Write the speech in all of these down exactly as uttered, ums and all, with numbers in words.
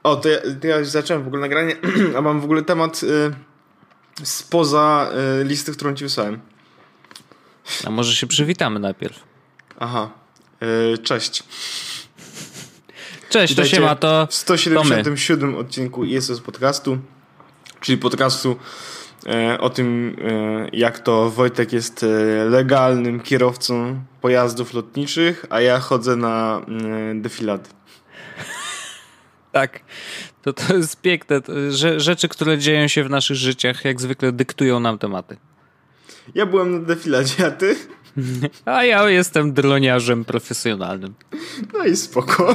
O, to ja, to ja zacząłem w ogóle nagranie, a mam w ogóle temat y, spoza y, listy, którą ci wysłałem. A może się przywitamy najpierw? Aha. Y, cześć. Cześć, Witajcie to się ma to. w sto siedemdziesiątym siódmym odcinku I S S podcastu, czyli podcastu e, o tym, e, jak to Wojtek jest e, legalnym kierowcą pojazdów lotniczych, a ja chodzę na e, defilady. Tak, to, to jest piękne. To, że, rzeczy, które dzieją się w naszych życiach, jak zwykle dyktują nam tematy. Ja byłem na defiladzie, a ty? A ja jestem droniarzem profesjonalnym. No i spoko.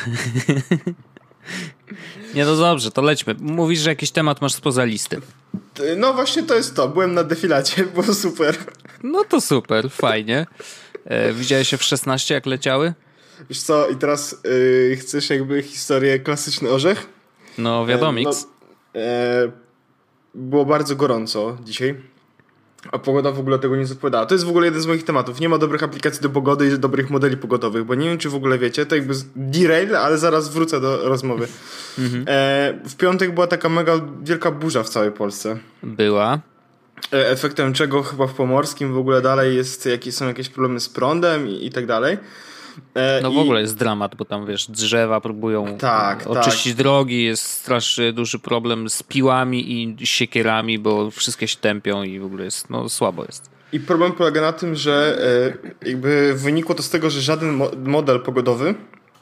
Nie, no dobrze, to lećmy. Mówisz, że jakiś temat masz spoza listy. No właśnie to jest to. Byłem na defiladzie, było super. No to super, fajnie. E, widziałeś się w szesnaście, jak leciały? Wiesz co, i teraz yy, chcesz jakby historię klasyczny orzech? No wiadomix. E, no, e, było bardzo gorąco dzisiaj, a pogoda w ogóle tego nie zapowiadała. To jest w ogóle jeden z moich tematów. Nie ma dobrych aplikacji do pogody i dobrych modeli pogodowych, bo nie wiem, czy w ogóle wiecie, to jakby derail, ale zaraz wrócę do rozmowy. Mhm. E, w piątek była taka mega wielka burza w całej Polsce. Była. E, efektem czego chyba w Pomorskim w ogóle dalej jest, jakieś, są jakieś problemy z prądem i, i tak dalej. E, no w i... ogóle jest dramat, bo tam wiesz, drzewa próbują tak, oczyścić tak. drogi, jest strasznie duży problem z piłami i siekierami, bo wszystkie się tępią i w ogóle jest, no słabo jest. I problem polega na tym, że e, jakby wynikło to z tego, że żaden mo- model pogodowy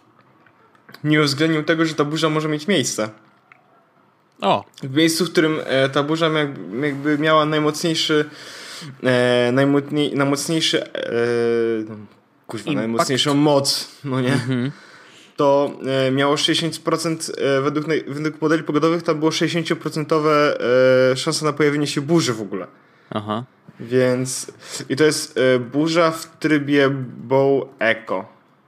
nie uwzględnił tego, że ta burza może mieć miejsce. O. W miejscu, w którym e, ta burza jakby, jakby miała najmocniejszy e, najmocniej, najmocniejszy e, kuźwa, najmocniejszą moc, no nie? Mhm. To e, miało sześćdziesiąt procent e, według, według modeli pogodowych tam było sześćdziesiąt procent e, szansa na pojawienie się burzy w ogóle. Aha. Więc i to jest e, burza w trybie Bow Echo.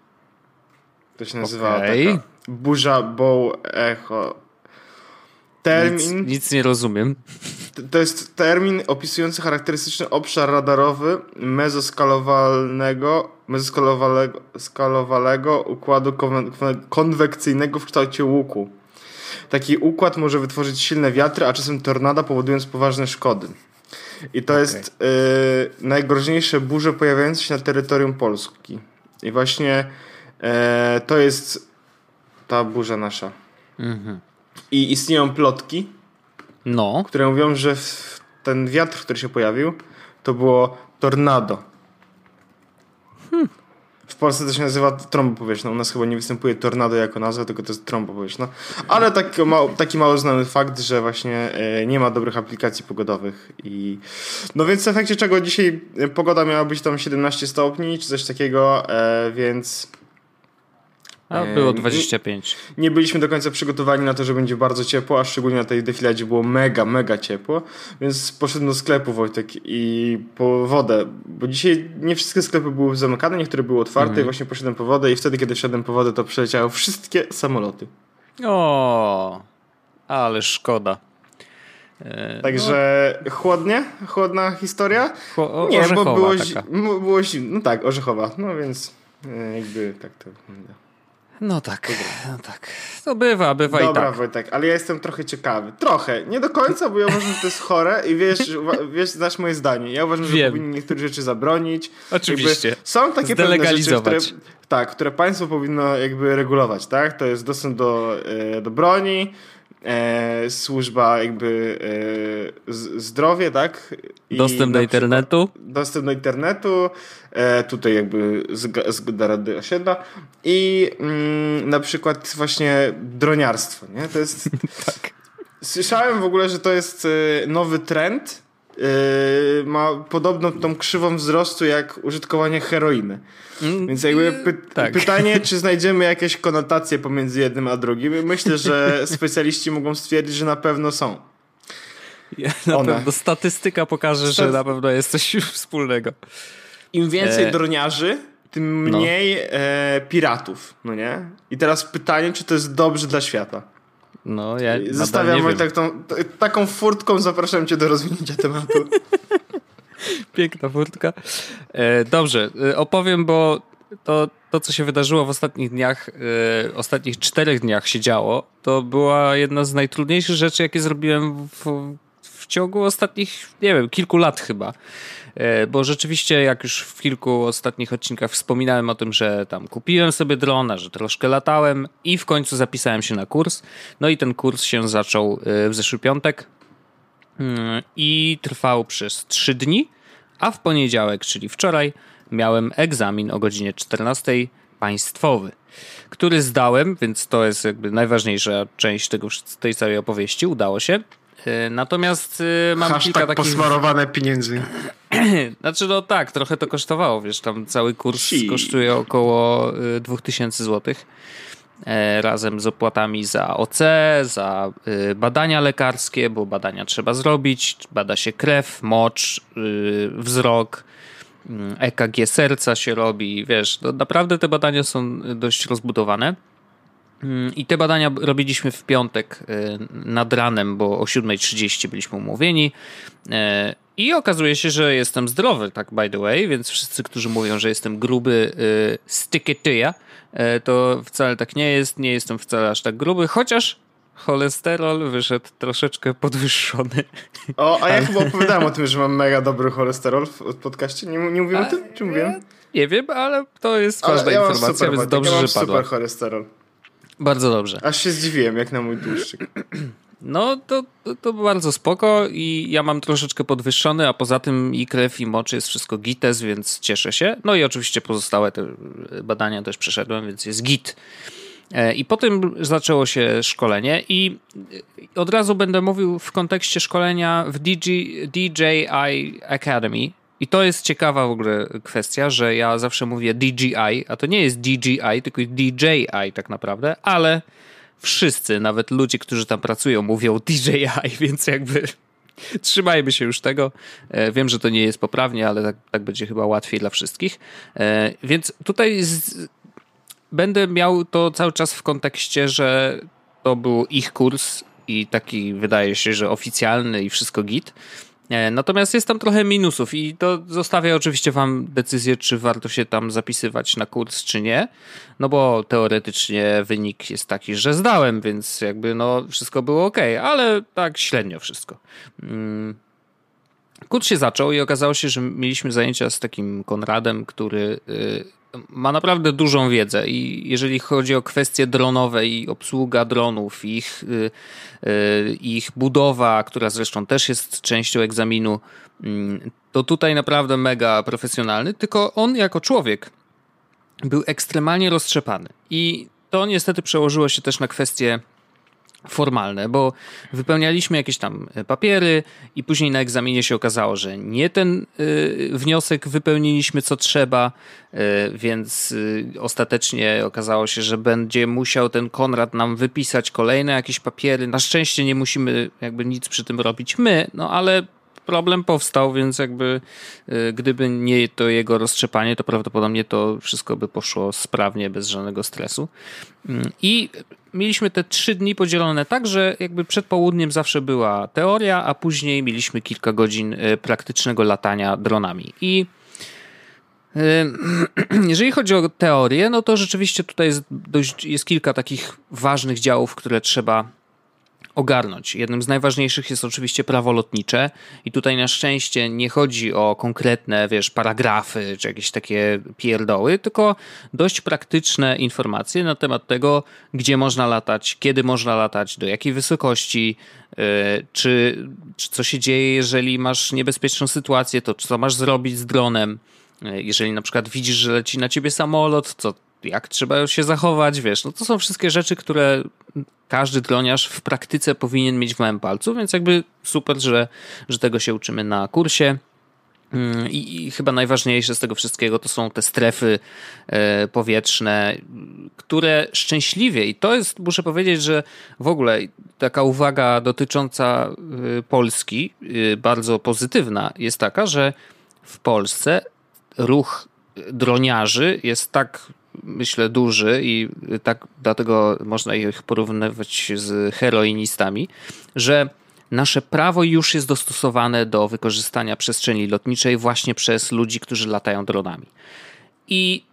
To się nazywa okay. taka burza Bow Echo. Termin, nic, nic nie rozumiem. To jest termin opisujący charakterystyczny obszar radarowy mezoskalowalnego, mezoskalowalego skalowalego układu konwe- konwekcyjnego w kształcie łuku. Taki układ może wytworzyć silne wiatry, a czasem tornada, powodując poważne szkody. I to okay. jest y, najgroźniejsze burze pojawiające się na terytorium Polski. I właśnie y, to jest ta burza nasza. Mhm. I istnieją plotki, no. które mówią, że ten wiatr, który się pojawił, to było tornado. Hmm. W Polsce to się nazywa trąba powietrzna. U nas chyba nie występuje tornado jako nazwa, tylko to jest trąba powietrzna. Ale taki, mało, taki mało znany fakt, że właśnie e, nie ma dobrych aplikacji pogodowych. I no więc w efekcie czego dzisiaj pogoda miała być tam siedemnaście stopni, czy coś takiego, e, więc... A było dwadzieścia pięć. Nie, nie byliśmy do końca przygotowani na to, że będzie bardzo ciepło, a szczególnie na tej defiladzie było mega, mega ciepło, więc poszedłem do sklepu, Wojtek, i po wodę, bo dzisiaj nie wszystkie sklepy były zamykane, niektóre były otwarte mm. i właśnie poszedłem po wodę i wtedy, kiedy wszedłem po wodę, to przeleciały wszystkie samoloty. O, ale szkoda. E, Także no. chłodnie? Chłodna historia? Chło- nie, orzechowa bo było, taka. zi- było zimno. No tak, orzechowa, no więc e, jakby tak to wygląda. No tak, no tak. To bywa, bywa Dobra, i tak. Dobra, Wojtek, ale ja jestem trochę ciekawy. Trochę, nie do końca, bo ja uważam, że to jest chore i wiesz, wiesz, znasz moje zdanie. Ja uważam, że powinni niektóre rzeczy zabronić. Oczywiście. Jakby są takie pewne rzeczy, które, tak, które państwo powinno jakby regulować, tak? To jest dostęp do, e, do broni, e, służba jakby e, z, zdrowie, tak? I dostęp do internetu. Dostęp do internetu, e, tutaj jakby zgoda Rady Osiedla i mm, na przykład właśnie droniarstwo, nie? To jest... tak. Słyszałem w ogóle, że to jest e, nowy trend. E, ma podobną tą krzywą wzrostu jak użytkowanie heroiny. Mm, Więc jakby py- tak. pytanie, czy znajdziemy jakieś konotacje pomiędzy jednym a drugim. Myślę, że specjaliści mogą stwierdzić, że na pewno są. Ja, na One. pewno statystyka pokaże, Stat- że na pewno jest coś wspólnego. Im więcej e... droniarzy, tym mniej no. e, piratów, no nie? I teraz pytanie, czy to jest dobrze dla świata? No, ja Zostawiam tak, tą, t- taką furtką, zapraszam cię do rozwinięcia tematu. Piękna furtka. E, dobrze, opowiem, bo to, to co się wydarzyło w ostatnich dniach, yy, ostatnich czterech dniach się działo, to była jedna z najtrudniejszych rzeczy, jakie zrobiłem w, w ciągu ostatnich, nie wiem, kilku lat chyba. Yy, bo rzeczywiście, jak już w kilku ostatnich odcinkach wspominałem o tym, że tam kupiłem sobie drona, że troszkę latałem i w końcu zapisałem się na kurs. No i ten kurs się zaczął yy, w zeszły piątek yy, i trwał przez trzy dni, a w poniedziałek, czyli wczoraj, miałem egzamin o godzinie czternastej państwowy, który zdałem, więc to jest jakby najważniejsza część tego, tej całej opowieści. Udało się. Natomiast mam Hashtag kilka takich... posmarowane pieniędzy. Znaczy no tak, trochę to kosztowało, wiesz, tam cały kurs si. kosztuje około dwa tysiące złotych razem z opłatami za O C, za badania lekarskie, bo badania trzeba zrobić, bada się krew, mocz, wzrok, E K G serca się robi, wiesz, no naprawdę te badania są dość rozbudowane. I te badania robiliśmy w piątek nad ranem, bo o siódma trzydzieści byliśmy umówieni. I okazuje się, że jestem zdrowy, tak by the way, więc wszyscy, którzy mówią, że jestem gruby, stykytyja, to wcale tak nie jest, nie jestem wcale aż tak gruby, chociaż cholesterol wyszedł troszeczkę podwyższony. O, a ja chyba opowiadałem o tym, że mam mega dobry cholesterol w podcaście. Nie, nie mówiłem o tym? Czy mówiłem? Nie wiem, ale to jest ważna ja informacja, super, więc dobrze, ja mam że padła. super cholesterol. Bardzo dobrze. Aż się zdziwiłem, jak na mój tłuszczyk. No, to, to, to bardzo spoko i ja mam troszeczkę podwyższony, a poza tym i krew, i mocz jest wszystko gites, więc cieszę się. No i oczywiście pozostałe te badania też przeszedłem, więc jest git. I potem zaczęło się szkolenie i od razu będę mówił w kontekście szkolenia w D J I Academy. I to jest ciekawa w ogóle kwestia, że ja zawsze mówię D J I, a to nie jest D J I, tylko D J I tak naprawdę, ale wszyscy, nawet ludzie, którzy tam pracują, mówią D J I, więc jakby trzymajmy się już tego. Wiem, że to nie jest poprawnie, ale tak, tak będzie chyba łatwiej dla wszystkich. Więc tutaj z... będę miał to cały czas w kontekście, że to był ich kurs i taki wydaje się, że oficjalny i wszystko git. Natomiast jest tam trochę minusów i to zostawię oczywiście wam decyzję, czy warto się tam zapisywać na kurs, czy nie. No bo teoretycznie wynik jest taki, że zdałem, więc jakby no wszystko było okej, ale tak średnio wszystko. Kurs się zaczął i okazało się, że mieliśmy zajęcia z takim Konradem, który ma naprawdę dużą wiedzę i jeżeli chodzi o kwestie dronowe i obsługa dronów, ich, ich budowa, która zresztą też jest częścią egzaminu, to tutaj naprawdę mega profesjonalny, tylko on jako człowiek był ekstremalnie roztrzepany i to niestety przełożyło się też na kwestie formalne, bo wypełnialiśmy jakieś tam papiery i później na egzaminie się okazało, że nie ten y, wniosek wypełniliśmy co trzeba, y, więc y, ostatecznie okazało się, że będzie musiał ten Konrad nam wypisać kolejne jakieś papiery. Na szczęście nie musimy jakby nic przy tym robić my, no ale problem powstał, więc jakby y, gdyby nie to jego roztrzepanie, to prawdopodobnie to wszystko by poszło sprawnie, bez żadnego stresu. Y, I mieliśmy te trzy dni podzielone tak, że jakby przed południem zawsze była teoria, a później mieliśmy kilka godzin praktycznego latania dronami. I jeżeli chodzi o teorię, no to rzeczywiście tutaj jest, dość, jest kilka takich ważnych działów, które trzeba ogarnąć. Jednym z najważniejszych jest oczywiście prawo lotnicze i tutaj na szczęście nie chodzi o konkretne, wiesz, paragrafy czy jakieś takie pierdoły, tylko dość praktyczne informacje na temat tego, gdzie można latać, kiedy można latać, do jakiej wysokości, yy, czy, czy co się dzieje, jeżeli masz niebezpieczną sytuację, to co masz zrobić z dronem, yy, jeżeli na przykład widzisz, że leci na ciebie samolot, to jak trzeba się zachować, wiesz, no to są wszystkie rzeczy, które każdy droniarz w praktyce powinien mieć w małym palcu, więc jakby super, że, że tego się uczymy na kursie. I, I chyba najważniejsze z tego wszystkiego to są te strefy e, powietrzne, które szczęśliwie, i to jest, muszę powiedzieć, że w ogóle taka uwaga dotycząca e, Polski, e, bardzo pozytywna, jest taka, że w Polsce ruch droniarzy jest tak, myślę, duży i tak dlatego można ich porównywać z heroinistami, że nasze prawo już jest dostosowane do wykorzystania przestrzeni lotniczej właśnie przez ludzi, którzy latają dronami. I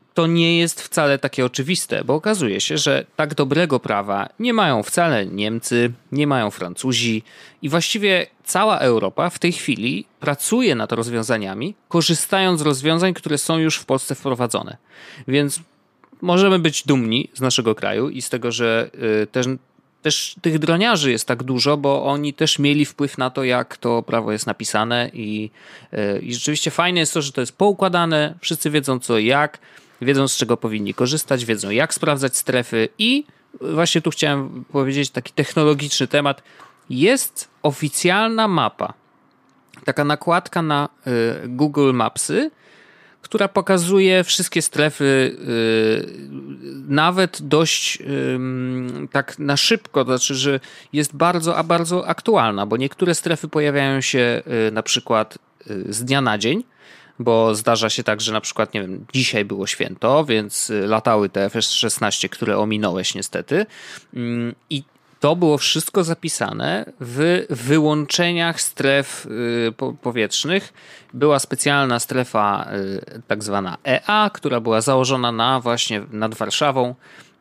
to nie jest wcale takie oczywiste, bo okazuje się, że tak dobrego prawa nie mają wcale Niemcy, nie mają Francuzi i właściwie cała Europa w tej chwili pracuje nad rozwiązaniami, korzystając z rozwiązań, które są już w Polsce wprowadzone. Więc możemy być dumni z naszego kraju i z tego, że y, też, też tych droniarzy jest tak dużo, bo oni też mieli wpływ na to, jak to prawo jest napisane i, y, i rzeczywiście fajne jest to, że to jest poukładane, wszyscy wiedzą co i jak, wiedzą z czego powinni korzystać, wiedzą jak sprawdzać strefy i właśnie tu chciałem powiedzieć taki technologiczny temat. Jest oficjalna mapa, taka nakładka na y, Google Mapsy, która pokazuje wszystkie strefy y, nawet dość y, tak na szybko, to znaczy, że jest bardzo, a bardzo aktualna, bo niektóre strefy pojawiają się y, na przykład y, z dnia na dzień, bo zdarza się tak, że na przykład, nie wiem, dzisiaj było święto, więc latały te F szesnaście, które ominąłeś niestety i to było wszystko zapisane w wyłączeniach stref powietrznych. Była specjalna strefa tak zwana E A, która była założona na właśnie nad Warszawą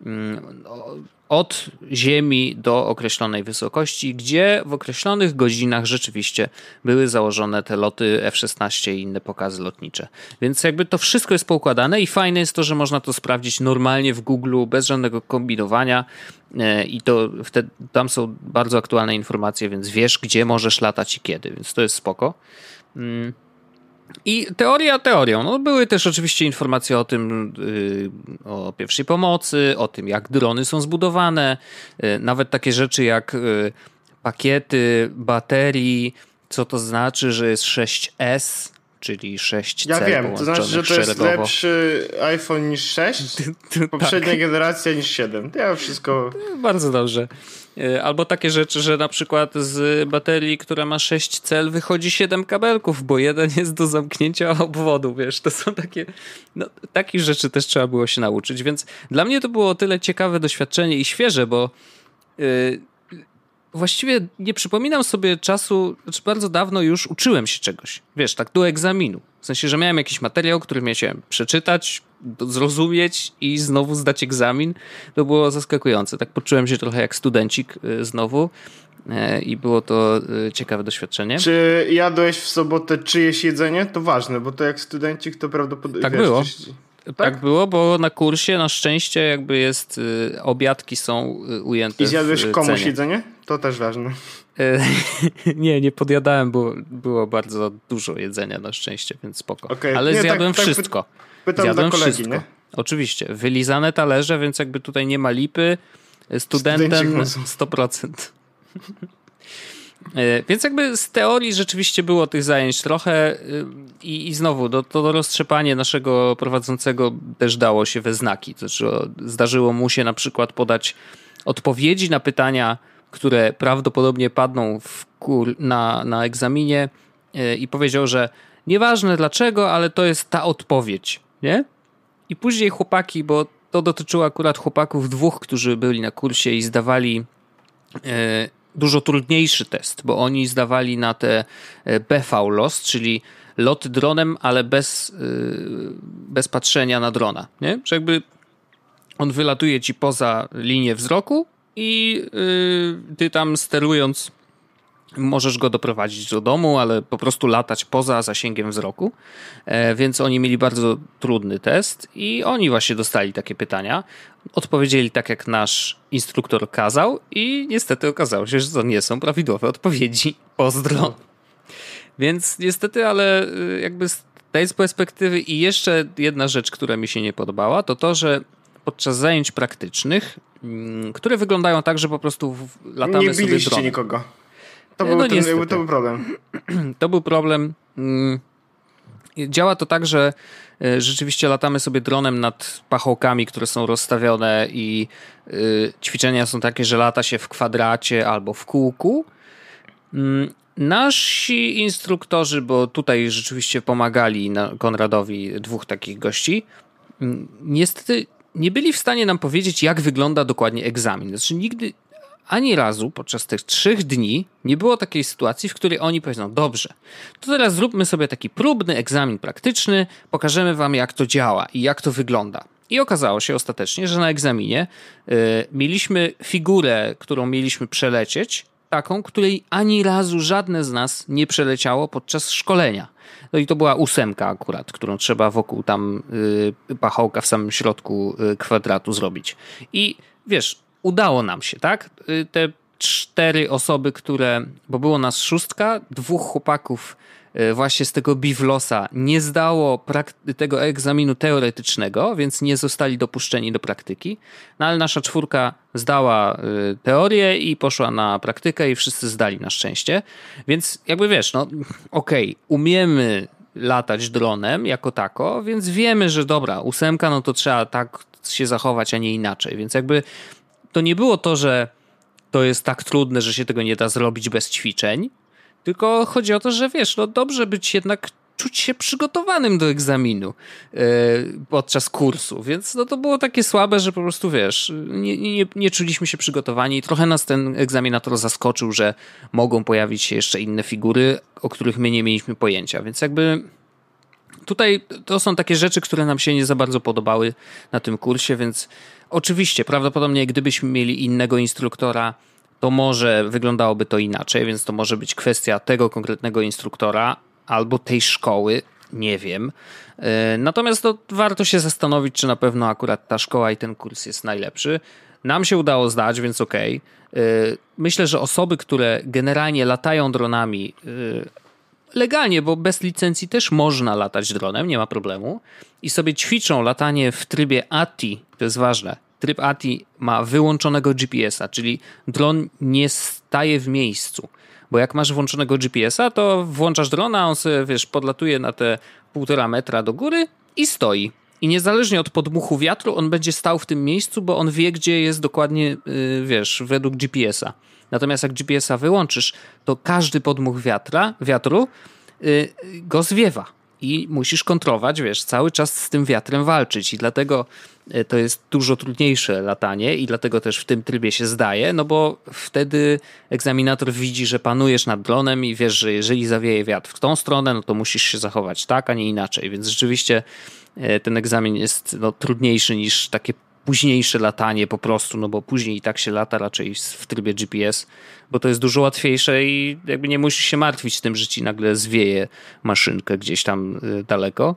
od ziemi do określonej wysokości, gdzie w określonych godzinach rzeczywiście były założone te loty F szesnaście i inne pokazy lotnicze. Więc jakby to wszystko jest poukładane i fajne jest to, że można to sprawdzić normalnie w Google, bez żadnego kombinowania i to wtedy tam są bardzo aktualne informacje, więc wiesz, gdzie możesz latać i kiedy, więc to jest spoko. I teoria teorią. No, były też oczywiście informacje o tym, yy, o pierwszej pomocy, o tym, jak drony są zbudowane, yy, nawet takie rzeczy jak yy, pakiety baterii, co to znaczy, że jest sześć S, czyli sześć C. Ja wiem, to znaczy, że to jest szeregowo. lepszy iPhone niż sześć, poprzednia tak. generacja niż siedem. Ja wszystko... Bardzo dobrze. Albo takie rzeczy, że na przykład z baterii, która ma sześć cel, wychodzi siedem kabelków, bo jeden jest do zamknięcia obwodu, wiesz, to są takie, no, takich rzeczy też trzeba było się nauczyć, więc dla mnie to było o tyle ciekawe doświadczenie i świeże, bo yy, właściwie nie przypominam sobie czasu, znaczy bardzo dawno już uczyłem się czegoś, wiesz, tak do egzaminu. W sensie, że miałem jakiś materiał, który miałem przeczytać, zrozumieć i znowu zdać egzamin. To było zaskakujące. Tak poczułem się trochę jak studencik znowu i było to ciekawe doświadczenie. Czy jadłeś w sobotę czyjeś jedzenie? To ważne, bo to jak studencik to prawdopodobnie... Tak wiesz, było. Czyś... Tak? tak było, bo na kursie na szczęście jakby jest, obiadki są ujęte. I zjadłeś w komuś cenie. jedzenie? To też ważne. nie, nie podjadałem, bo było bardzo dużo jedzenia na szczęście, więc spoko. Okay. Ale nie, zjadłem tak, wszystko. Tak pytam zjadłem dla kolegi, wszystko. Nie? Oczywiście. Wylizane talerze, więc jakby tutaj nie ma lipy. Studentem sto procent. Więc jakby z teorii rzeczywiście było tych zajęć trochę i, i znowu to, to roztrzepanie naszego prowadzącego też dało się we znaki. To znaczy zdarzyło mu się na przykład podać odpowiedzi na pytania, które prawdopodobnie padną w kur, na, na egzaminie i powiedział, że nieważne dlaczego, ale to jest ta odpowiedź, nie? I później chłopaki, bo to dotyczyło akurat chłopaków dwóch, którzy byli na kursie i zdawali e, dużo trudniejszy test, bo oni zdawali na te B V L O S, czyli loty dronem, ale bez, e, bez patrzenia na drona, nie? Że jakby on wylatuje ci poza linię wzroku i e, ty tam sterując możesz go doprowadzić do domu, ale po prostu latać poza zasięgiem wzroku. E, więc oni mieli bardzo trudny test i oni właśnie dostali takie pytania. Odpowiedzieli tak, jak nasz instruktor kazał i niestety okazało się, że to nie są prawidłowe odpowiedzi. Pozdro. Więc niestety, ale jakby z tej perspektywy i jeszcze jedna rzecz, która mi się nie podobała, to to, że podczas zajęć praktycznych, które wyglądają tak, że po prostu latamy nie sobie dronem. Nie biliście nikogo. To był, no ten, to był problem. To był problem. Działa to tak, że rzeczywiście latamy sobie dronem nad pachołkami, które są rozstawione i ćwiczenia są takie, że lata się w kwadracie albo w kółku. Nasi instruktorzy, bo tutaj rzeczywiście pomagali Konradowi dwóch takich gości, niestety nie byli w stanie nam powiedzieć, jak wygląda dokładnie egzamin. Znaczy nigdy ani razu podczas tych trzech dni nie było takiej sytuacji, w której oni powiedzą, dobrze, to teraz zróbmy sobie taki próbny egzamin praktyczny, pokażemy wam, jak to działa i jak to wygląda. I okazało się ostatecznie, że na egzaminie y, mieliśmy figurę, którą mieliśmy przelecieć, taką, której ani razu żadne z nas nie przeleciało podczas szkolenia. No i to była ósemka akurat, którą trzeba wokół tam y, pachołka w samym środku y, kwadratu zrobić. I wiesz, udało nam się, tak? Y, te cztery osoby, które, bo było nas szóstka, dwóch chłopaków y, właśnie z tego Bivlosa nie zdało prak- tego egzaminu teoretycznego, więc nie zostali dopuszczeni do praktyki. No ale nasza czwórka zdała y, teorię i poszła na praktykę i wszyscy zdali na szczęście. Więc jakby wiesz, no okej, okay, umiemy latać dronem jako tako, więc wiemy, że dobra, ósemka, no to trzeba tak się zachować, a nie inaczej. Więc jakby to nie było to, że to jest tak trudne, że się tego nie da zrobić bez ćwiczeń, tylko chodzi o to, że wiesz, no dobrze być jednak czuć się przygotowanym do egzaminu yy, podczas kursu, więc no to było takie słabe, że po prostu wiesz, nie, nie, nie czuliśmy się przygotowani i trochę nas ten egzaminator zaskoczył, że mogą pojawić się jeszcze inne figury, o których my nie mieliśmy pojęcia, więc jakby tutaj to są takie rzeczy, które nam się nie za bardzo podobały na tym kursie, więc oczywiście prawdopodobnie gdybyśmy mieli innego instruktora, to może wyglądałoby to inaczej, więc to może być kwestia tego konkretnego instruktora albo tej szkoły, nie wiem. Natomiast to warto się zastanowić, czy na pewno akurat ta szkoła i ten kurs jest najlepszy. Nam się udało zdać, więc okej. Okay. Myślę, że osoby, które generalnie latają dronami legalnie, bo bez licencji też można latać dronem, nie ma problemu, i sobie ćwiczą latanie w trybie A T I, to jest ważne. Tryb A T I ma wyłączonego G P S a, czyli dron nie staje w miejscu. Bo jak masz włączonego G P S a, to włączasz drona, on sobie, wiesz, podlatuje na te półtora metra do góry i stoi. I niezależnie od podmuchu wiatru, on będzie stał w tym miejscu, bo on wie, gdzie jest dokładnie, yy, wiesz, według G P S a. Natomiast jak G P S a wyłączysz, to każdy podmuch wiatra, wiatru yy, go zwiewa. I musisz kontrolować, wiesz, cały czas z tym wiatrem walczyć i dlatego to jest dużo trudniejsze latanie i dlatego też w tym trybie się zdaje, no bo wtedy egzaminator widzi, że panujesz nad dronem i wiesz, że jeżeli zawieje wiatr w tą stronę, no to musisz się zachować tak, a nie inaczej, więc rzeczywiście ten egzamin jest no, trudniejszy niż takie późniejsze latanie po prostu, no bo później i tak się lata raczej w trybie G P S, bo to jest dużo łatwiejsze i jakby nie musisz się martwić tym, że ci nagle zwieje maszynkę gdzieś tam daleko.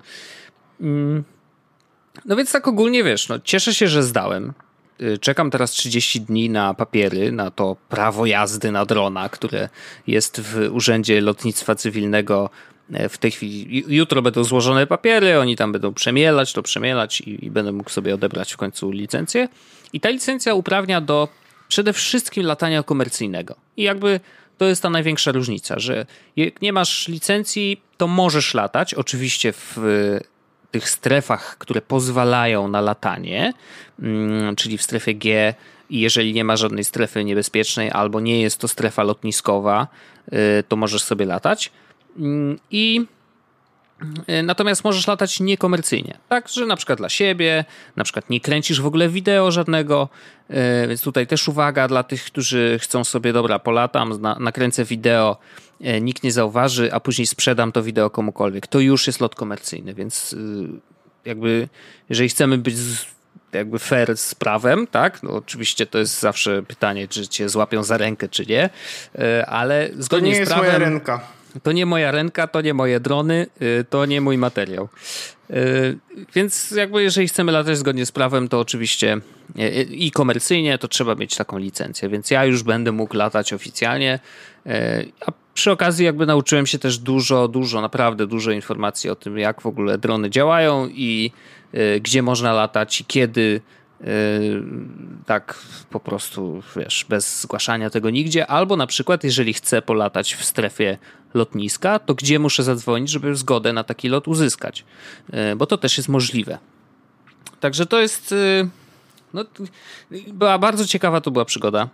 No więc tak ogólnie wiesz, no cieszę się, że zdałem. Czekam teraz trzydzieści dni na papiery, na to prawo jazdy na drona, które jest w Urzędzie Lotnictwa Cywilnego w tej chwili. Jutro będą złożone papiery, oni tam będą przemielać, to przemielać i, i będę mógł sobie odebrać w końcu licencję. I ta licencja uprawnia do przede wszystkim latania komercyjnego. I jakby to jest ta największa różnica, że jak nie masz licencji, to możesz latać, oczywiście w tych strefach, które pozwalają na latanie, czyli w strefie G, i jeżeli nie ma żadnej strefy niebezpiecznej albo nie jest to strefa lotniskowa, to możesz sobie latać. I natomiast możesz latać niekomercyjnie, tak, że na przykład dla siebie, na przykład nie kręcisz w ogóle wideo żadnego, więc tutaj też uwaga dla tych, którzy chcą sobie, dobra, polatam, nakręcę wideo, nikt nie zauważy, a później sprzedam to wideo komukolwiek. To już jest lot komercyjny, więc jakby jeżeli chcemy być jakby fair z prawem, tak, no oczywiście to jest zawsze pytanie, czy cię złapią za rękę, czy nie, ale zgodnie z prawem... To nie jest moja ręka. To nie moja ręka, to nie moje drony, to nie mój materiał. Więc jakby jeżeli chcemy latać zgodnie z prawem, to oczywiście i komercyjnie, to trzeba mieć taką licencję. Więc ja już będę mógł latać oficjalnie. A przy okazji jakby nauczyłem się też dużo, dużo, naprawdę dużo informacji o tym, jak w ogóle drony działają i gdzie można latać i kiedy. Tak po prostu, wiesz, bez zgłaszania tego nigdzie, albo na przykład jeżeli chcę polatać w strefie lotniska, to gdzie muszę zadzwonić, żeby zgodę na taki lot uzyskać, bo to też jest możliwe. Także to jest no, była bardzo ciekawa to była przygoda.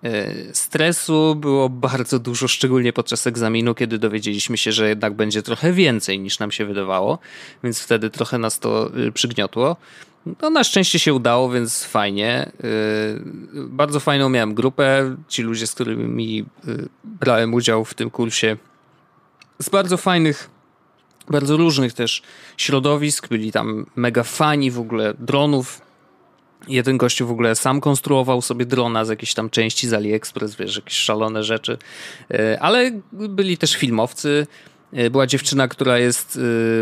Stresu było bardzo dużo, szczególnie podczas egzaminu, kiedy dowiedzieliśmy się, że jednak będzie trochę więcej niż nam się wydawało, więc wtedy trochę nas to przygniotło. No na szczęście się udało, więc fajnie. Yy, bardzo fajną miałem grupę. Ci ludzie, z którymi yy, brałem udział w tym kursie, z bardzo fajnych, bardzo różnych też środowisk. Byli tam mega fani w ogóle dronów. Jeden gościu w ogóle sam konstruował sobie drona z jakiejś tam części z AliExpress, wiesz, jakieś szalone rzeczy. Yy, ale byli też filmowcy. Yy, była dziewczyna, która jest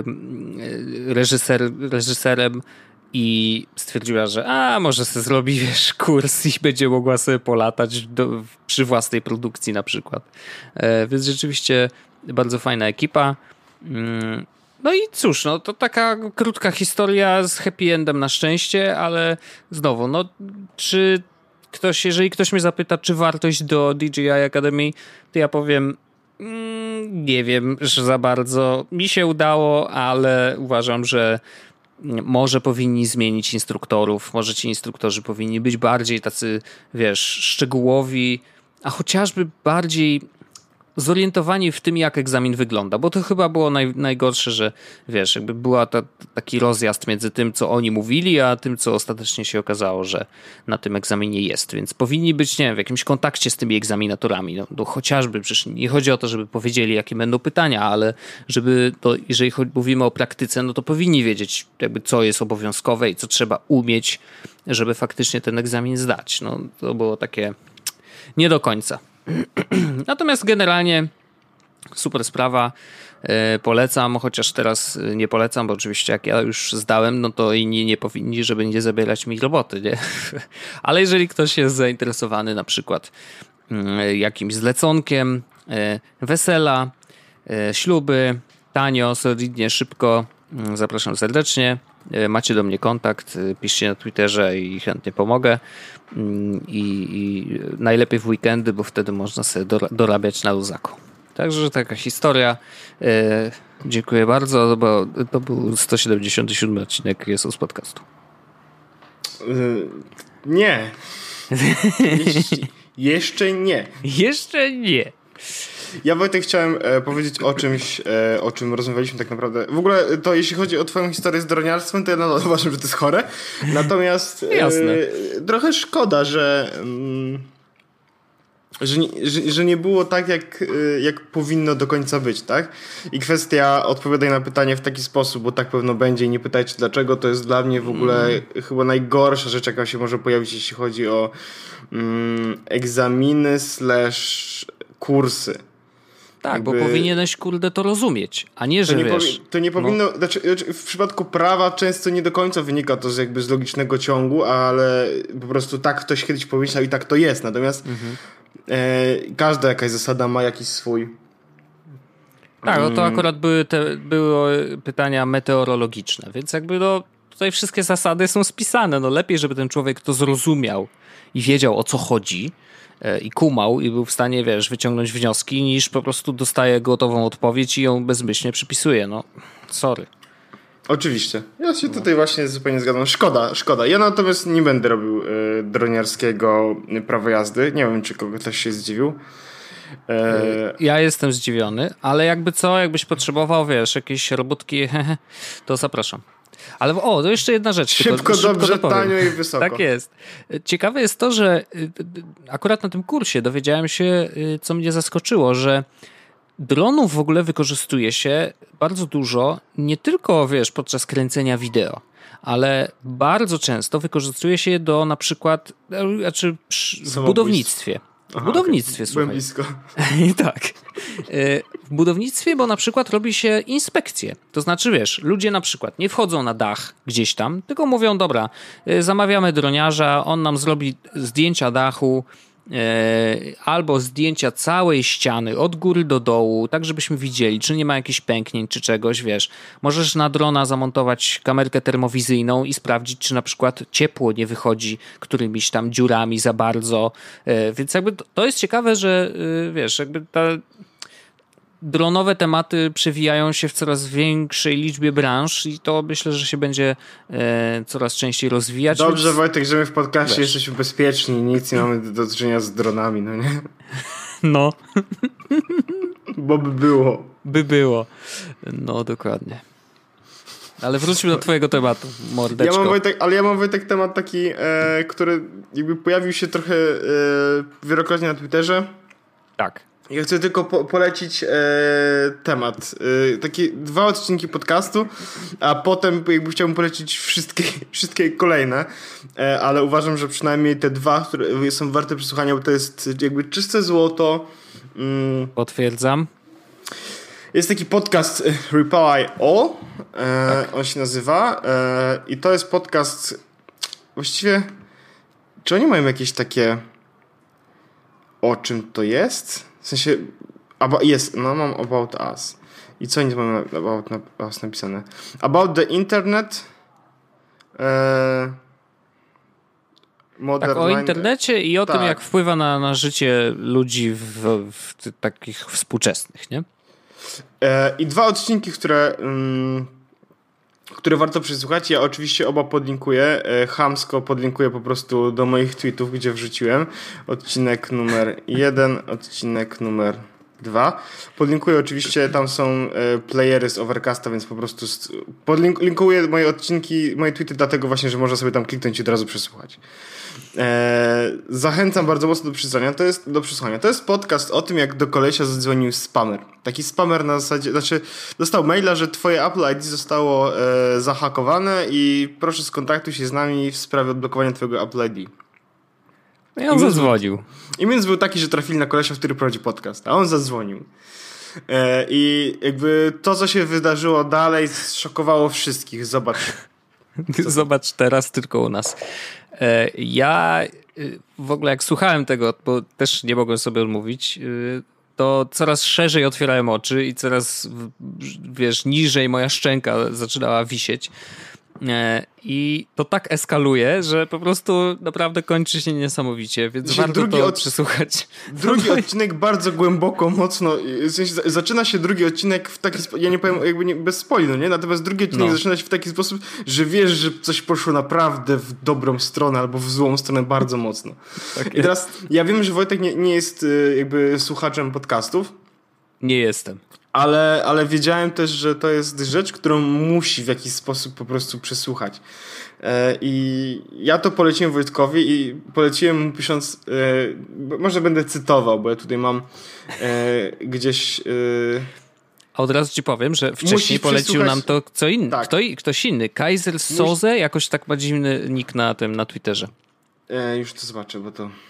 yy, reżyser, reżyserem i stwierdziła, że a może sobie zrobi, wiesz, kurs i będzie mogła sobie polatać do, przy własnej produkcji na przykład. E, więc rzeczywiście bardzo fajna ekipa. Mm, no i cóż, no to taka krótka historia z happy endem na szczęście, ale znowu, no czy ktoś, jeżeli ktoś mnie zapyta, czy warto iść do D J I Academy, to ja powiem mm, nie wiem, że za bardzo. Mi się udało, ale uważam, że może powinni zmienić instruktorów, może ci instruktorzy powinni być bardziej tacy, wiesz, szczegółowi, a chociażby bardziej zorientowani w tym, jak egzamin wygląda, bo to chyba było naj, najgorsze, że wiesz, jakby była ta, taki rozjazd między tym, co oni mówili, a tym, co ostatecznie się okazało, że na tym egzaminie jest, więc powinni być, nie wiem, w jakimś kontakcie z tymi egzaminatorami, no, no chociażby, przecież nie chodzi o to, żeby powiedzieli, jakie będą pytania, ale żeby to, jeżeli mówimy o praktyce, no to powinni wiedzieć, jakby co jest obowiązkowe i co trzeba umieć, żeby faktycznie ten egzamin zdać. No to było takie nie do końca. Natomiast generalnie super sprawa, yy, polecam, chociaż teraz nie polecam, bo oczywiście jak ja już zdałem, no to inni nie powinni, żeby nie zabierać mi roboty, nie? Ale jeżeli ktoś jest zainteresowany na przykład yy, jakimś zleconkiem, yy, wesela, yy, śluby, tanio, solidnie, szybko, yy, zapraszam serdecznie. Macie do mnie kontakt, piszcie na Twitterze i chętnie pomogę. I, i najlepiej w weekendy, bo wtedy można sobie dorabiać na luzaku. Także taka historia. E, dziękuję bardzo, bo to był sto siedemdziesiąty siódmy odcinek Jesus Podcastu. Yy, nie. Jeszcze, jeszcze nie. Jeszcze nie. Ja, Wojtek, chciałem e, powiedzieć o czymś, e, o czym rozmawialiśmy tak naprawdę. W ogóle to jeśli chodzi o twoją historię z droniarstwem, to ja nadal uważam, że to jest chore. Natomiast e, trochę szkoda, że, mm, że, nie, że, że nie było tak, jak, jak powinno do końca być, tak? I kwestia odpowiadaj na pytanie w taki sposób, bo tak pewno będzie i nie pytajcie dlaczego, to jest dla mnie w ogóle mm. chyba najgorsza rzecz, jaka się może pojawić, jeśli chodzi o mm, egzaminy slash kursy. Tak, jakby... bo powinieneś, kurde, to rozumieć, a nie, że to nie wiesz... Powi- to nie powinno... No. Znaczy, w przypadku prawa często nie do końca wynika to z jakby z logicznego ciągu, ale po prostu tak ktoś kiedyś pomyślał i tak to jest. Natomiast mhm. e, każda jakaś zasada ma jakiś swój... Tak, no to akurat były, te, były pytania meteorologiczne, więc jakby no, tutaj wszystkie zasady są spisane. No lepiej, żeby ten człowiek to zrozumiał i wiedział, o co chodzi, i kumał i był w stanie, wiesz, wyciągnąć wnioski, niż po prostu dostaje gotową odpowiedź i ją bezmyślnie przypisuje. No, sorry. Oczywiście. Ja się tutaj właśnie zupełnie zgadzam. Szkoda, szkoda. Ja natomiast nie będę robił y, droniarskiego prawa jazdy. Nie wiem, czy ktoś się zdziwił. E... Ja jestem zdziwiony, ale jakby co, jakbyś potrzebował, wiesz, jakieś robótki, to zapraszam. Ale o, to jeszcze jedna rzecz. Szybko, tylko, dobrze, szybko tanio i wysoko. Tak jest. Ciekawe jest to, że akurat na tym kursie dowiedziałem się, co mnie zaskoczyło, że dronów w ogóle wykorzystuje się bardzo dużo, nie tylko, wiesz, podczas kręcenia wideo, ale bardzo często wykorzystuje się je do na przykład, znaczy w budownictwie. W Aha, budownictwie, okay. Byłem blisko. Tak. W budownictwie, bo na przykład robi się inspekcje. To znaczy, wiesz, ludzie na przykład nie wchodzą na dach gdzieś tam, tylko mówią, dobra, zamawiamy droniarza, on nam zrobi zdjęcia dachu, albo zdjęcia całej ściany od góry do dołu, tak żebyśmy widzieli, czy nie ma jakichś pęknięć, czy czegoś, wiesz. Możesz na drona zamontować kamerkę termowizyjną i sprawdzić, czy na przykład ciepło nie wychodzi którymiś tam dziurami za bardzo, więc jakby to jest ciekawe, że wiesz, jakby ta dronowe tematy przewijają się w coraz większej liczbie branż i to myślę, że się będzie e, coraz częściej rozwijać. Dobrze, więc... Wojtek, że my w podcaście wiesz. Jesteśmy bezpieczni i nic nie mamy do czynienia z dronami, no nie? No. Bo by było. By było. No, dokładnie. Ale wróćmy do twojego tematu, mordeczko. Ja mam, Wojtek, ale ja mam, Wojtek, temat taki, e, który jakby pojawił się trochę e, wielokrotnie na Twitterze. Tak. Ja chcę tylko po, polecić e, temat. E, takie dwa odcinki podcastu, a potem jakby chciałbym polecić wszystkie, wszystkie kolejne, e, ale uważam, że przynajmniej te dwa, które są warte przesłuchania, bo to jest jakby czyste złoto. Mm. Potwierdzam. Jest taki podcast Reply All, e, tak. On się nazywa e, i to jest podcast właściwie, czy oni mają jakieś takie o czym to jest? W sensie, aba, jest, no mam About Us. I co oni mają About Us napisane? About the Internet. E, tak, o internecie i o tak. tym, jak wpływa na, na życie ludzi w, w, w takich współczesnych, nie? E, I dwa odcinki, które, mm, które warto przesłuchać. Ja oczywiście oba podlinkuję. E, chamsko podlinkuję po prostu do moich tweetów, gdzie wrzuciłem. Odcinek numer jeden, odcinek numer dwa. Podlinkuję oczywiście, tam są e, playery z Overcasta, więc po prostu st- podlinkuję moje odcinki, moje tweety dlatego właśnie, że można sobie tam kliknąć i od razu przesłuchać. E, zachęcam bardzo mocno do przesłuchania. To jest, do przesłuchania. To jest podcast o tym, jak do kolesia zadzwonił spamer. Taki spamer na zasadzie, znaczy dostał maila, że twoje Apple I D zostało e, zahakowane i proszę skontaktuj się z nami w sprawie odblokowania twojego Apple I D. I on I zadzwonił. I więc był taki, że trafili na kolesia, który prowadzi podcast, a on zadzwonił. E, I jakby to, co się wydarzyło dalej, zszokowało wszystkich. Zobacz. Zobacz teraz tylko u nas. E, ja w ogóle jak słuchałem tego, bo też nie mogłem sobie odmówić, to coraz szerzej otwierałem oczy i coraz, wiesz, niżej moja szczęka zaczynała wisieć. I to tak eskaluje, że po prostu naprawdę kończy się niesamowicie, więc warto drugi to od... przesłuchać. Drugi odcinek bardzo głęboko, mocno, w sensie zaczyna się drugi odcinek w taki sposób, ja nie powiem jakby nie, bez spoilu, nie? Natomiast drugi odcinek no. zaczyna się w taki sposób, że wiesz, że coś poszło naprawdę w dobrą stronę albo w złą stronę bardzo mocno. Tak I teraz ja wiem, że Wojtek nie, nie jest jakby słuchaczem podcastów. Nie jestem. Ale, ale wiedziałem też, że to jest rzecz, którą musi w jakiś sposób po prostu przesłuchać. E, I ja to poleciłem Wojtkowi i poleciłem mu pisząc, e, może będę cytował, bo ja tutaj mam e, gdzieś... E, A od razu ci powiem, że wcześniej polecił nam to co inny, tak. Kto, ktoś inny. Kaiser Soze, Musi... jakoś tak ma dziwny nick na tym, na Twitterze. E, już to zobaczę, bo to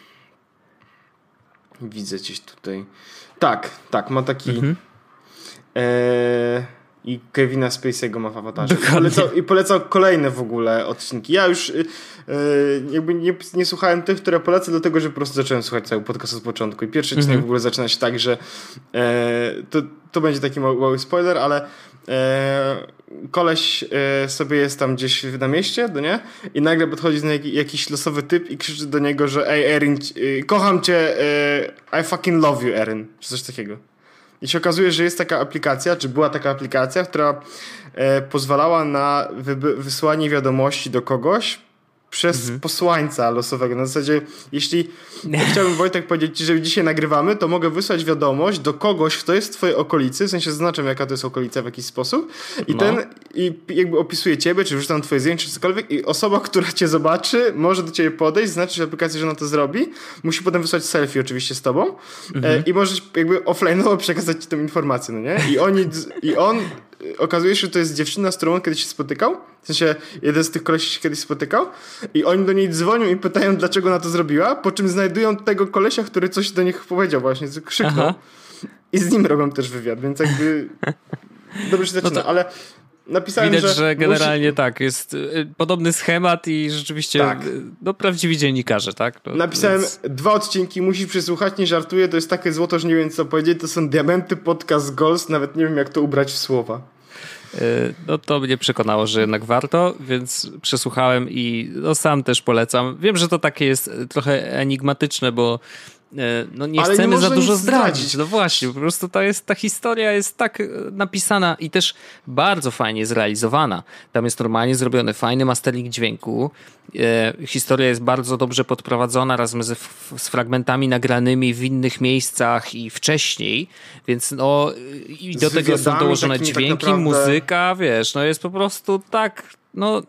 widzę gdzieś tutaj. Tak, tak, ma taki... Mhm. Eee, i Kevina Spacey'ego ma w awatarze. I polecał, I polecał kolejne w ogóle odcinki. Ja już e, jakby nie, nie słuchałem tych, które polecę, dlatego że po prostu zacząłem słuchać cały podcast od początku. I pierwszy odcinek mm-hmm. w ogóle zaczyna się tak, że e, to, to będzie taki mały, mały spoiler, ale e, koleś e, sobie jest tam gdzieś na mieście, no nie? I nagle podchodzi z niego jakiś losowy typ i krzyczy do niego, że ej Erin, e, kocham cię, e, I fucking love you Erin, czy coś takiego. I się okazuje, że jest taka aplikacja, czy była taka aplikacja, która e, pozwalała na wy- wysłanie wiadomości do kogoś przez mhm. posłańca losowego. Na zasadzie, jeśli chciałbym, Wojtek, powiedzieć ci, że dzisiaj nagrywamy, to mogę wysłać wiadomość do kogoś, kto jest w twojej okolicy, w sensie zaznaczam, jaka to jest okolica w jakiś sposób i no. ten i jakby opisuje ciebie, czy wrzucam twoje zdjęcie, czy cokolwiek i osoba, która cię zobaczy, może do ciebie podejść, znaczy aplikację, że ona to zrobi, musi potem wysłać selfie oczywiście z tobą mhm. e, i możesz jakby offline'owo przekazać ci tą informację, no nie? I oni, i on okazuje się, że to jest dziewczyna, z którą on kiedyś się spotykał. W sensie jeden z tych kolesi się kiedyś spotykał i oni do niej dzwonią i pytają, dlaczego ona to zrobiła, po czym znajdują tego kolesia, który coś do nich powiedział właśnie, krzyknął. Aha. I z nim robią też wywiad, więc jakby dobrze się zaczyna, no to... ale napisałem, widać, że... że generalnie musi... tak, jest podobny schemat i rzeczywiście tak. no prawdziwi dziennikarze, tak? To, napisałem więc... dwa odcinki, musisz przesłuchać, nie żartuję, to jest takie złoto, że nie wiem co powiedzieć, to są diamenty, podcast Goals, nawet nie wiem jak to ubrać w słowa. No to mnie przekonało, że jednak warto, więc przesłuchałem i no, sam też polecam. Wiem, że to takie jest trochę enigmatyczne, bo no nie Ale chcemy nie za dużo nic zdradzić. zdradzić. No właśnie, po prostu to jest, ta historia jest tak napisana i też bardzo fajnie zrealizowana. Tam jest normalnie zrobiony fajny mastering dźwięku. E, historia jest bardzo dobrze podprowadzona razem z, z fragmentami nagranymi w innych miejscach i wcześniej, więc no i do Z tego są wywiadami dołożone takimi tak dźwięki, naprawdę. muzyka, wiesz, no jest po prostu tak, no...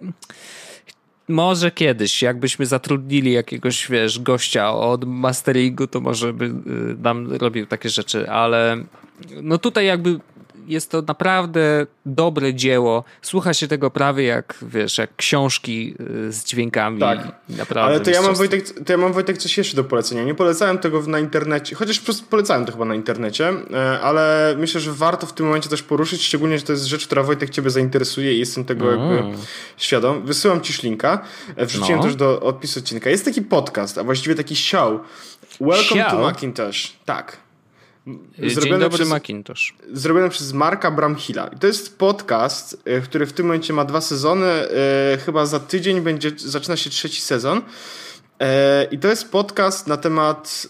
Może kiedyś, jakbyśmy zatrudnili jakiegoś, wiesz, gościa od masteringu, to może by nam robił takie rzeczy, ale no tutaj jakby jest to naprawdę dobre dzieło. Słucha się tego prawie jak, wiesz, jak książki z dźwiękami. Tak, naprawdę ale to ja, mam, Wojtek, to ja mam, Wojtek, coś jeszcze do polecenia. Nie polecałem tego na internecie, chociaż po prostu polecałem to chyba na internecie, ale myślę, że warto w tym momencie też poruszyć, szczególnie, że to jest rzecz, która, Wojtek, ciebie zainteresuje i jestem tego mm. jakby świadom. Wysyłam ci linka, wrzuciłem no. też do odpisu odcinka. Jest taki podcast, a właściwie taki show. Welcome show? to Macintosh. Tak. Dzień dobry, przez, Macintosh. Zrobiony przez Marka Bramhilla. I to jest podcast, który w tym momencie ma dwa sezony. Chyba za tydzień będzie, zaczyna się trzeci sezon. I to jest podcast na temat...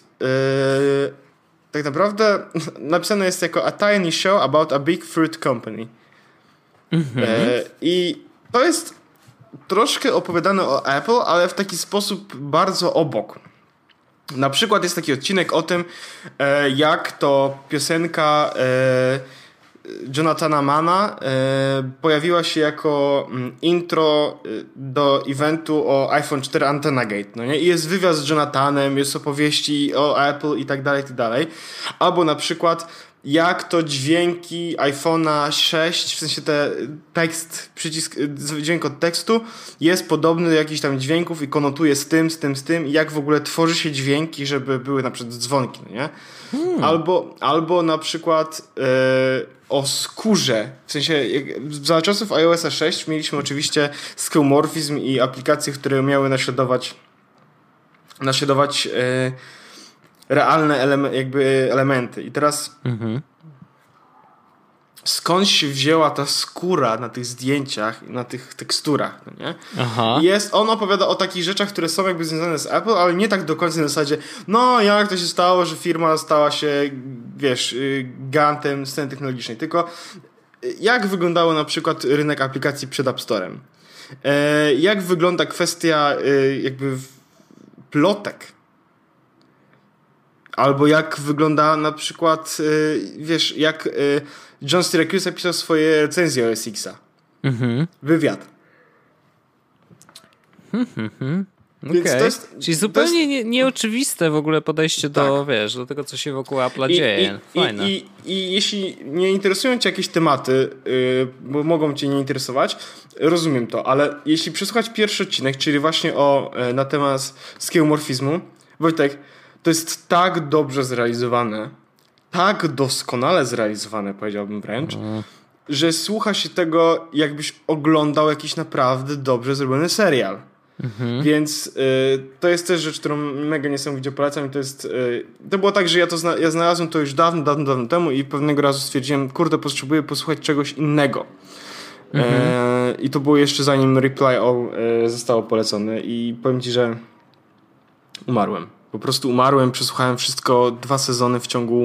Tak naprawdę napisane jest jako A Tiny Show About a Big Fruit Company. Mhm. I to jest troszkę opowiadane o Apple, ale w taki sposób bardzo obok. Na przykład jest taki odcinek o tym, jak to piosenka Jonathana Manna pojawiła się jako intro do eventu o iPhone cztery Antenna Gate. No nie? I jest wywiad z Jonathanem, jest opowieści o Apple i tak dalej, i tak dalej. Albo na przykład jak to dźwięki iPhone'a sześć, w sensie te tekst, przycisk, dźwięk od tekstu jest podobny do jakichś tam dźwięków i konotuje z tym, z tym, z tym i jak w ogóle tworzy się dźwięki, żeby były na przykład dzwonki, no nie? Hmm. Albo, albo na przykład yy, o skórze, w sensie jak, za czasów iOS sześć mieliśmy oczywiście skeuomorfizm i aplikacje, które miały naśladować naśladować yy, realne eleme- jakby elementy. I teraz mhm. skąd się wzięła ta skóra na tych zdjęciach i na tych teksturach, no nie? Aha. Jest, on opowiada o takich rzeczach, które są jakby związane z Apple, ale nie tak do końca na zasadzie, no jak to się stało, że firma stała się, wiesz, gigantem sceny technologicznej, tylko jak wyglądało na przykład rynek aplikacji przed App Storem. E, jak wygląda kwestia jakby plotek. Albo jak wygląda na przykład, yy, wiesz, jak yy, John Syracuse pisał swoje recenzje o S X-a. Mhm. Wywiad. Mhm. Okej. Okay. Jest, Czyli zupełnie jest... nie, nieoczywiste w ogóle podejście tak. do, wiesz, do tego, co się wokół Apple'a I, dzieje. I, Fajne. I, i, I jeśli nie interesują cię jakieś tematy, yy, bo mogą cię nie interesować, rozumiem to, ale jeśli przesłuchać pierwszy odcinek, czyli właśnie o yy, na temat skeuomorfizmu, Wojtek, to jest tak dobrze zrealizowane, tak doskonale zrealizowane, powiedziałbym wręcz, mm. że słucha się tego, jakbyś oglądał jakiś naprawdę dobrze zrobiony serial. Mm-hmm. Więc y, to jest też rzecz, którą mega niesamowicie polecam. I to jest, y, to było tak, że ja to zna- ja znalazłem to już dawno, dawno, dawno temu i pewnego razu stwierdziłem, kurde, potrzebuję posłuchać czegoś innego. Mm-hmm. E, I to było jeszcze zanim Reply All e, zostało polecone i powiem ci, że umarłem. Po prostu umarłem, przesłuchałem wszystko, dwa sezony w ciągu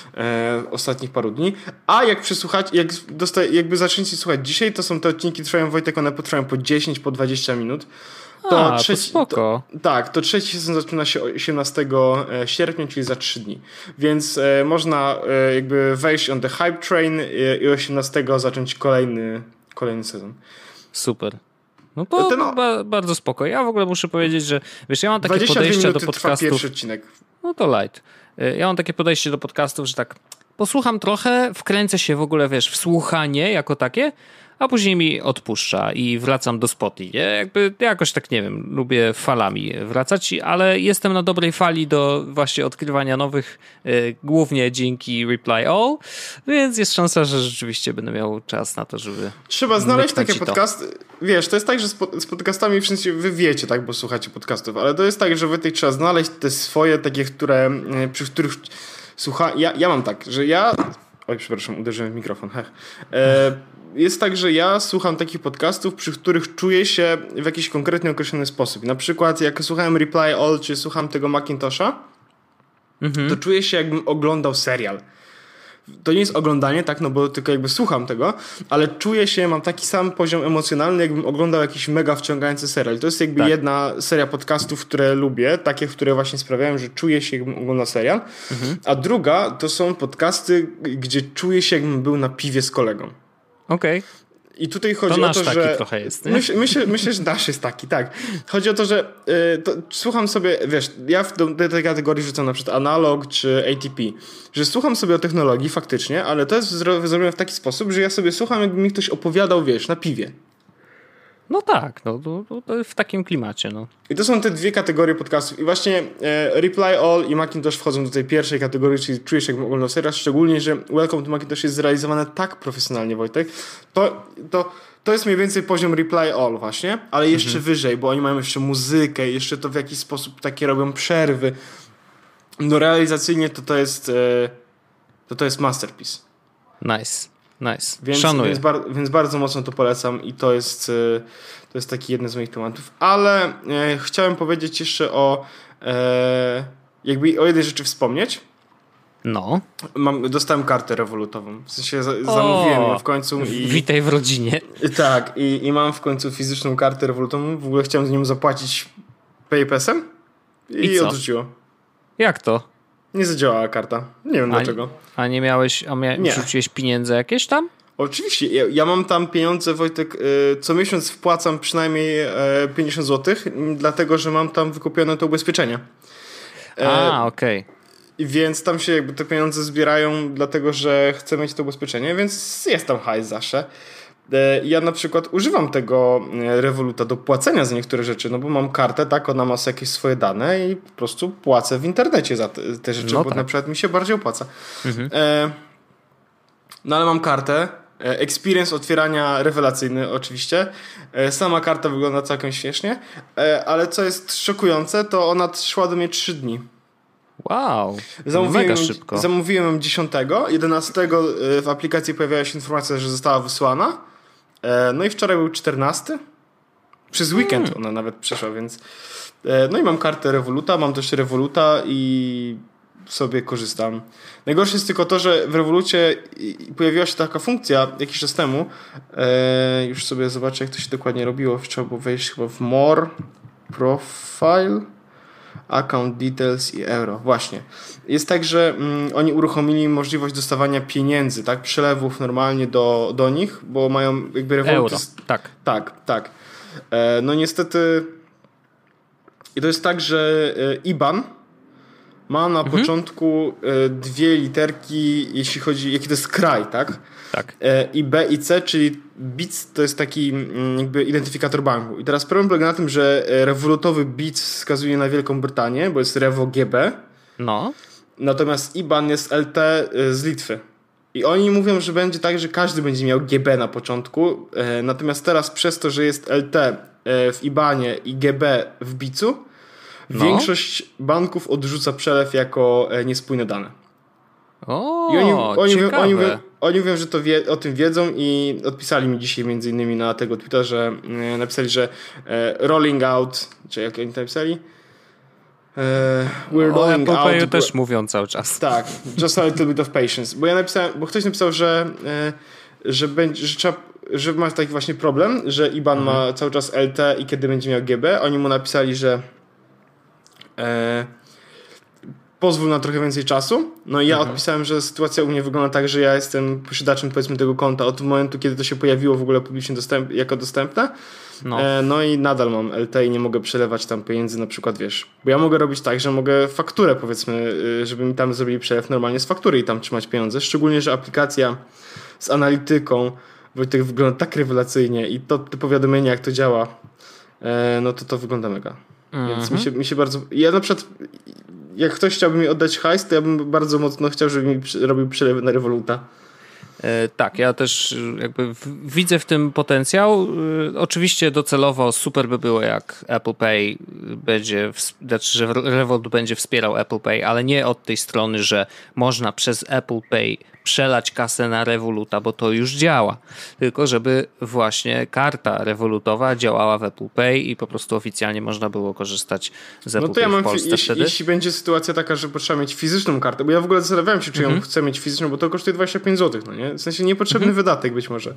e, ostatnich paru dni. A jak przesłuchać, jak dosta- jakby zaczniecie słuchać dzisiaj, to są te odcinki, trwają, Wojtek, one potrwają po dziesięć, po dwadzieścia minut. To, A, trzeci, to spoko. To, tak, to trzeci sezon zaczyna się osiemnastego sierpnia, czyli za trzy dni. Więc e, można e, jakby wejść on the hype train e, i osiemnastego zacząć kolejny, kolejny sezon. Super. No to, to no, ba- bardzo spoko. Ja w ogóle muszę powiedzieć, że wiesz, ja mam takie podejście do podcastów. Pierwszy odcinek. No to light. Ja mam takie podejście do podcastów, że tak posłucham trochę, wkręcę się w ogóle, wiesz, w słuchanie jako takie, a później mi odpuszcza i wracam do Spotify. Nie? Jakby jakoś tak, nie wiem, lubię falami wracać, ale jestem na dobrej fali do właśnie odkrywania nowych, y, głównie dzięki Reply All, więc jest szansa, że rzeczywiście będę miał czas na to, żeby... Trzeba znaleźć takie podcasty. Wiesz, to jest tak, że z, pod, z podcastami w sensie wy wiecie, tak, bo słuchacie podcastów, ale to jest tak, że wy tych trzeba znaleźć te swoje, takie, które, przy których słucha... Ja, ja mam tak, że ja... Oj, przepraszam, uderzyłem w mikrofon. Hech. E, jest tak, że ja słucham takich podcastów, przy których czuję się w jakiś konkretnie określony sposób. Na przykład jak słuchałem Reply All, czy słucham tego Macintosha, mhm. to czuję się, jakbym oglądał serial. To nie jest oglądanie, tak, no bo tylko jakby słucham tego, ale czuję się, mam taki sam poziom emocjonalny, jakbym oglądał jakiś mega wciągający serial. To jest jakby tak. jedna seria podcastów, które lubię, takie, które właśnie sprawiają, że czuję się, jakbym oglądał serial. Mhm. A druga to są podcasty, gdzie czuję się, jakbym był na piwie z kolegą. Okej. Okay. I tutaj chodzi to o to, taki że... trochę jest, nie? Myśl, myślę, myślę, że nasz jest taki, tak. Chodzi o to, że y, to, słucham sobie, wiesz, ja w do, do tej kategorii rzucam na przykład analog czy A T P, że słucham sobie o technologii faktycznie, ale to jest zrobione w taki sposób, że ja sobie słucham, jakby mi ktoś opowiadał, wiesz, na piwie. No tak, no to, to w takim klimacie, no. I to są te dwie kategorie podcastów. I właśnie e, Reply All i Macintosh wchodzą do tej pierwszej kategorii, czyli czujesz, jakbym oglądał serial, szczególnie, że Welcome to Macintosh jest zrealizowane tak profesjonalnie, Wojtek. To, to, to jest mniej więcej poziom Reply All właśnie, ale jeszcze mhm. wyżej, bo oni mają jeszcze muzykę, jeszcze to w jakiś sposób takie robią przerwy. No realizacyjnie to to jest e, to to jest masterpiece. Nice. Nice. Więc, Szanuję. Więc, bar- więc bardzo mocno to polecam i to jest, to jest taki jeden z moich tematów. Ale e, chciałem powiedzieć jeszcze o e, jakby o jednej rzeczy wspomnieć. No. Mam, dostałem kartę rewolutową. W sensie za, zamówiłem ją w końcu. I, witaj w rodzinie. Tak. I, I mam w końcu fizyczną kartę rewolutową. W ogóle chciałem z nią zapłacić PayPasem i, I odrzuciło. Jak to? Nie zadziałała karta. Nie wiem a, dlaczego. A nie miałeś, a mia- wrzuciłeś pieniądze jakieś tam? Oczywiście. Ja, ja mam tam pieniądze, Wojtek, y, co miesiąc wpłacam przynajmniej y, pięćdziesiąt złotych, dlatego, że mam tam wykupione to ubezpieczenie. Y, a, okej. Okay. Więc tam się jakby te pieniądze zbierają, dlatego, że chcę mieć to ubezpieczenie, więc jest tam hajs zawsze. Ja na przykład używam tego Revoluta do płacenia za niektóre rzeczy, no bo mam kartę, tak, ona ma jakieś swoje dane i po prostu płacę w internecie za te, te rzeczy, no bo tak. na przykład mi się bardziej opłaca. Mhm. E, no ale mam kartę, experience otwierania rewelacyjny oczywiście, e, sama karta wygląda całkiem śmiesznie, e, ale co jest szokujące, to ona szła do mnie trzy dni. Wow, zamówiłem mega szybko. Zamówiłem ją dziesiątego, jedenastego w aplikacji pojawiła się informacja, że została wysłana. No i wczoraj był czternasty. Przez weekend hmm. ona nawet przeszła, więc... No i mam kartę Revoluta, mam też Revoluta i sobie korzystam. Najgorsze jest tylko to, że w Revolucie pojawiła się taka funkcja jakiś czas temu. Już sobie zobaczę, jak to się dokładnie robiło. Trzeba było wejść chyba w More, Profile... Account Details i Euro. Właśnie. Jest tak, że mm, oni uruchomili możliwość dostawania pieniędzy, tak? Przelewów normalnie do, do nich, bo mają jakby Revolut. Euro, tak. Tak, tak. E, no niestety i to jest tak, że e, I B A N ma na mhm. początku e, dwie literki, jeśli chodzi, jaki to jest kraj, tak? Tak. E, I B i C, czyli B I C to jest taki jakby identyfikator banku. I teraz problem polega na tym, że rewolutowy B I C wskazuje na Wielką Brytanię, bo jest Revo G B. No. Natomiast I B A N jest L T z Litwy. I oni mówią, że będzie tak, że każdy będzie miał G B na początku. E, natomiast teraz przez to, że jest L T w I B A N ie i G B w B I C u, no. większość banków odrzuca przelew jako niespójne dane. O, I oni, oni, ciekawe. Oni mówią, oni mówią, że to wie, o tym wiedzą i odpisali mi dzisiaj między innymi na tego Twitterze, e, napisali, że e, rolling out, czy jak oni to napisali? E, we're o rolling Apple out. Payu też mówią cały czas. Tak, just a little bit of patience. Bo ja napisałem, bo ktoś napisał, że, e, że, będzie, że, trzeba, że ma taki właśnie problem, że I B A N mhm. ma cały czas L T i kiedy będzie miał G B. Oni mu napisali, że e, pozwól na trochę więcej czasu. No i ja mhm. odpisałem, że sytuacja u mnie wygląda tak, że ja jestem posiadaczem, powiedzmy, tego konta od momentu, kiedy to się pojawiło w ogóle publicznie dostęp, jako dostępne. No. E, no i nadal mam L T i nie mogę przelewać tam pieniędzy, na przykład, wiesz, bo ja mogę robić tak, że mogę fakturę, powiedzmy, żeby mi tam zrobili przelew normalnie z faktury i tam trzymać pieniądze. Szczególnie, że aplikacja z analityką Wojtek wygląda tak rewelacyjnie i to, to powiadomienie, jak to działa, e, no to to wygląda mega. Mhm. Więc mi się, mi się bardzo... Ja na przykład, jak ktoś chciałby mi oddać hajs, to ja bym bardzo mocno chciał, żeby mi robił przelew na Revoluta. E, tak, ja też jakby w, widzę w tym potencjał. E, oczywiście docelowo super by było, jak Apple Pay będzie, znaczy, że Revolut będzie wspierał Apple Pay, ale nie od tej strony, że można przez Apple Pay przelać kasę na Revoluta, bo to już działa. Tylko żeby właśnie karta Revolutowa działała w Apple Pay i po prostu oficjalnie można było korzystać z Apple no to Pay ja mam w Polsce fi- jeśli, wtedy. jeśli będzie sytuacja taka, że potrzeba mieć fizyczną kartę, bo ja w ogóle zastanawiałem się, czy ją Mhm. chcę mieć fizyczną, bo to kosztuje dwadzieścia pięć złotych, no nie? W sensie niepotrzebny Mhm. wydatek być może.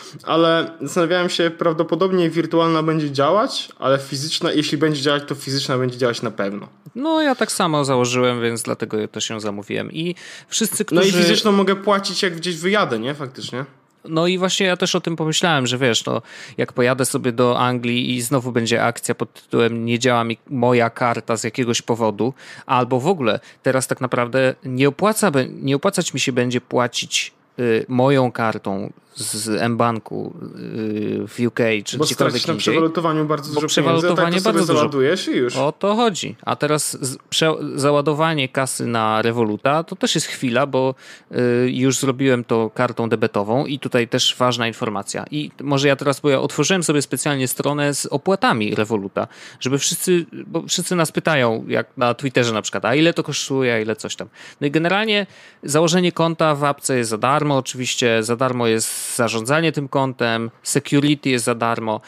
Ale zastanawiałem się, prawdopodobnie wirtualna będzie działać, ale fizyczna, jeśli będzie działać, to fizyczna będzie działać na pewno. No ja tak samo założyłem, więc dlatego to się zamówiłem. I wszyscy, którzy... No i fizyczną mogę płacić, jak gdzieś wyjadę, nie? Faktycznie. No i właśnie ja też o tym pomyślałem, że wiesz, no jak pojadę sobie do Anglii i znowu będzie akcja pod tytułem nie działa mi moja karta z jakiegoś powodu, albo w ogóle teraz tak naprawdę nie opłaca, nie opłacać mi się będzie płacić y, moją kartą z M-Banku y, w U K czy bo gdziekolwiek stracisz na indziej. przewalutowaniu bardzo Bo dużo przewalutownie pieniędzy, a tak to bardzo sobie dużo. załadujesz i już. O to chodzi. A teraz z, prze, załadowanie kasy na Revoluta to też jest chwila, bo y, już zrobiłem to kartą debetową i tutaj też ważna informacja. I może ja teraz, bo ja otworzyłem sobie specjalnie stronę z opłatami Revoluta, żeby wszyscy, bo wszyscy nas pytają, jak na Twitterze na przykład, a ile to kosztuje, a ile coś tam. No i generalnie założenie konta w apce jest za darmo, oczywiście za darmo jest zarządzanie tym kontem, security jest za darmo.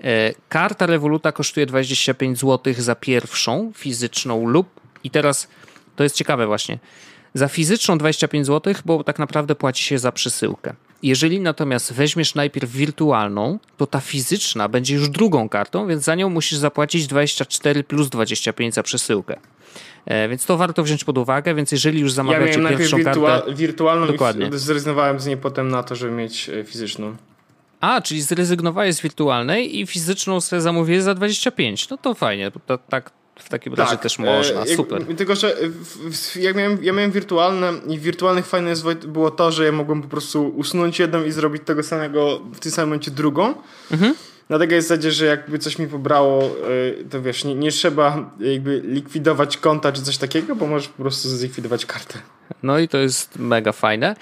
Karta Revoluta kosztuje dwadzieścia pięć złotych za pierwszą fizyczną lub, i teraz to jest ciekawe właśnie, za fizyczną dwadzieścia pięć złotych, bo tak naprawdę płaci się za przesyłkę. Jeżeli natomiast weźmiesz najpierw wirtualną, to ta fizyczna będzie już drugą kartą, więc za nią musisz zapłacić dwadzieścia cztery plus dwadzieścia pięć za przesyłkę. E, więc to warto wziąć pod uwagę, więc jeżeli już zamawiacie ja miałem pierwszą najpierw wirtua- kartę... wirtualną Dokładnie. i zrezygnowałem z niej potem na to, żeby mieć fizyczną. A, czyli zrezygnowałeś z wirtualnej i fizyczną sobie zamówiłeś za dwadzieścia pięć. No to fajnie, to tak w takim razie Tak, też można, e, super. Jak, tylko, że w, w, jak miałem, ja miałem wirtualne i w wirtualnych fajne jest, było to, że ja mogłem po prostu usunąć jedną i zrobić tego samego w tym samym momencie drugą. Mhm. Dlatego jest w zasadzie, że jakby coś mi pobrało, to wiesz, nie, nie trzeba jakby likwidować konta czy coś takiego, bo możesz po prostu zlikwidować kartę. No i to jest mega fajne.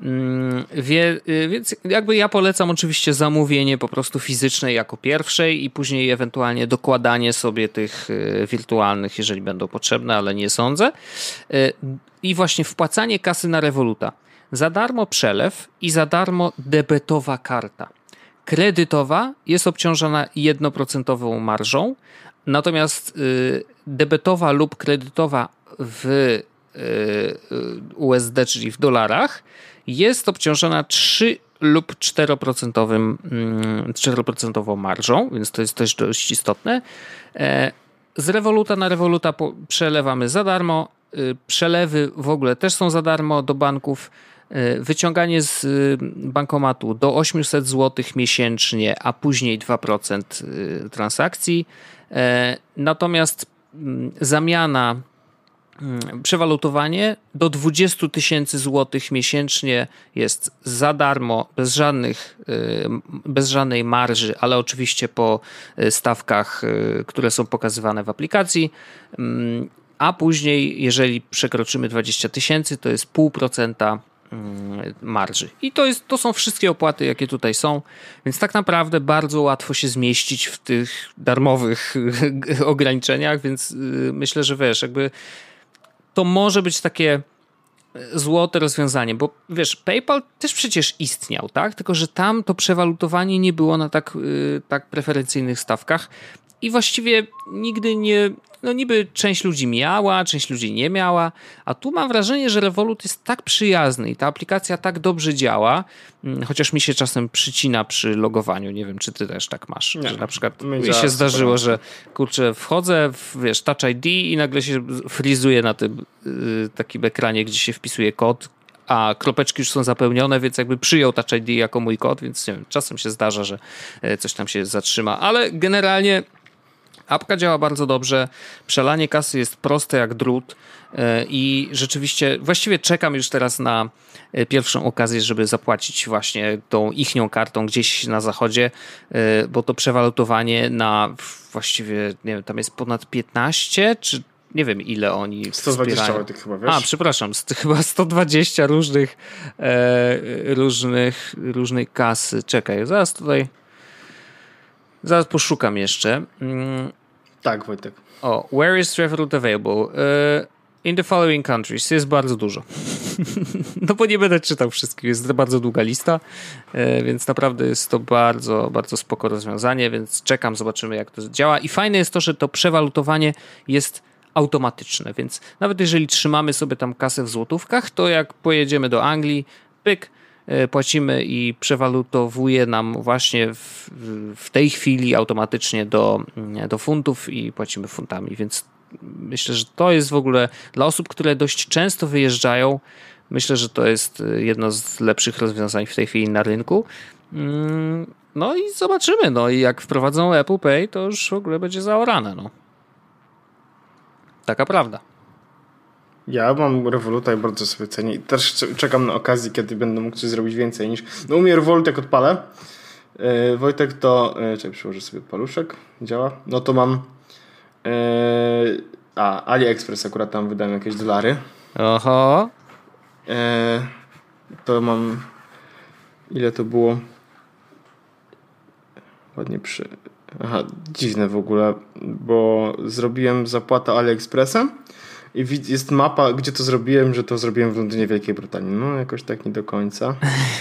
Wie, więc jakby ja polecam oczywiście zamówienie po prostu fizycznej jako pierwszej i później ewentualnie dokładanie sobie tych wirtualnych, jeżeli będą potrzebne, ale nie sądzę. I właśnie wpłacanie kasy na Revoluta. Za darmo przelew i za darmo debetowa karta. Kredytowa jest obciążona jednoprocentową marżą, natomiast debetowa lub kredytowa w U S D, czyli w dolarach, jest obciążona trzy lub cztery procent cztery procent marżą, więc to jest też dość istotne. Z Revoluta na Revoluta przelewamy za darmo. Przelewy w ogóle też są za darmo do banków. Wyciąganie z bankomatu do osiemset złotych miesięcznie, a później dwa procent transakcji. Natomiast zamiana, przewalutowanie do dwadzieścia tysięcy złotych miesięcznie jest za darmo, bez żadnych, bez żadnej marży, ale oczywiście po stawkach, które są pokazywane w aplikacji. A później, jeżeli przekroczymy dwadzieścia tysięcy, to jest pół procenta marży. I to, jest, to są wszystkie opłaty, jakie tutaj są, więc tak naprawdę bardzo łatwo się zmieścić w tych darmowych ograniczeniach, więc myślę, że wiesz, jakby to może być takie złote rozwiązanie, bo wiesz, PayPal też przecież istniał, tak? Tylko że tam to przewalutowanie nie było na tak, tak preferencyjnych stawkach i właściwie nigdy nie, no niby część ludzi miała, część ludzi nie miała, a tu mam wrażenie, że Revolut jest tak przyjazny i ta aplikacja tak dobrze działa, chociaż mi się czasem przycina przy logowaniu, nie wiem, czy ty też tak masz, nie, że na przykład mi się zdarzyło, że kurczę, wchodzę w, wiesz, Touch I D i nagle się frizuje na tym yy, takim ekranie, gdzie się wpisuje kod, a kropeczki już są zapełnione, więc jakby przyjął Touch I D jako mój kod, więc nie wiem, czasem się zdarza, że coś tam się zatrzyma, ale generalnie apka działa bardzo dobrze, przelanie kasy jest proste jak drut i rzeczywiście właściwie czekam już teraz na pierwszą okazję, żeby zapłacić właśnie tą ichnią kartą gdzieś na zachodzie, bo to przewalutowanie na właściwie, nie wiem, tam jest ponad piętnaście, czy nie wiem ile oni sto dwadzieścia złotych chyba, wiesz? A, przepraszam, chyba sto dwadzieścia różnych e, różnych różnej kasy. Czekaj, zaraz tutaj zaraz poszukam jeszcze. Tak, Wojtek. O, where is Revolut available? In the following countries jest bardzo dużo. No bo nie będę czytał wszystkich, jest to bardzo długa lista, więc naprawdę jest to bardzo, bardzo spoko rozwiązanie, więc czekam, zobaczymy jak to działa. I fajne jest to, że to przewalutowanie jest automatyczne, więc nawet jeżeli trzymamy sobie tam kasę w złotówkach, to jak pojedziemy do Anglii, pyk, płacimy i przewalutowuje nam właśnie w, w tej chwili automatycznie do, do funtów i płacimy funtami, więc myślę, że to jest w ogóle dla osób, które dość często wyjeżdżają, myślę, że to jest jedno z lepszych rozwiązań w tej chwili na rynku. No i zobaczymy, no i jak wprowadzą Apple Pay, to już w ogóle będzie zaorane, no. Taka prawda. Ja mam Revoluta i bardzo sobie cenię. I też czekam na okazję, kiedy będę mógł coś zrobić więcej niż... No u mnie Revolut jak odpalę. Yy, Wojtek to... Yy, czekaj, przyłożę sobie paluszek. Działa. No to mam... Yy, a, AliExpress akurat tam wydałem jakieś dolary. Oho. Yy, to mam... Ile to było? Ładnie przy... Aha, dziwne w ogóle, bo zrobiłem zapłatę AliExpressem i jest mapa, gdzie to zrobiłem, że to zrobiłem w Londynie, Wielkiej Brytanii. No jakoś tak nie do końca.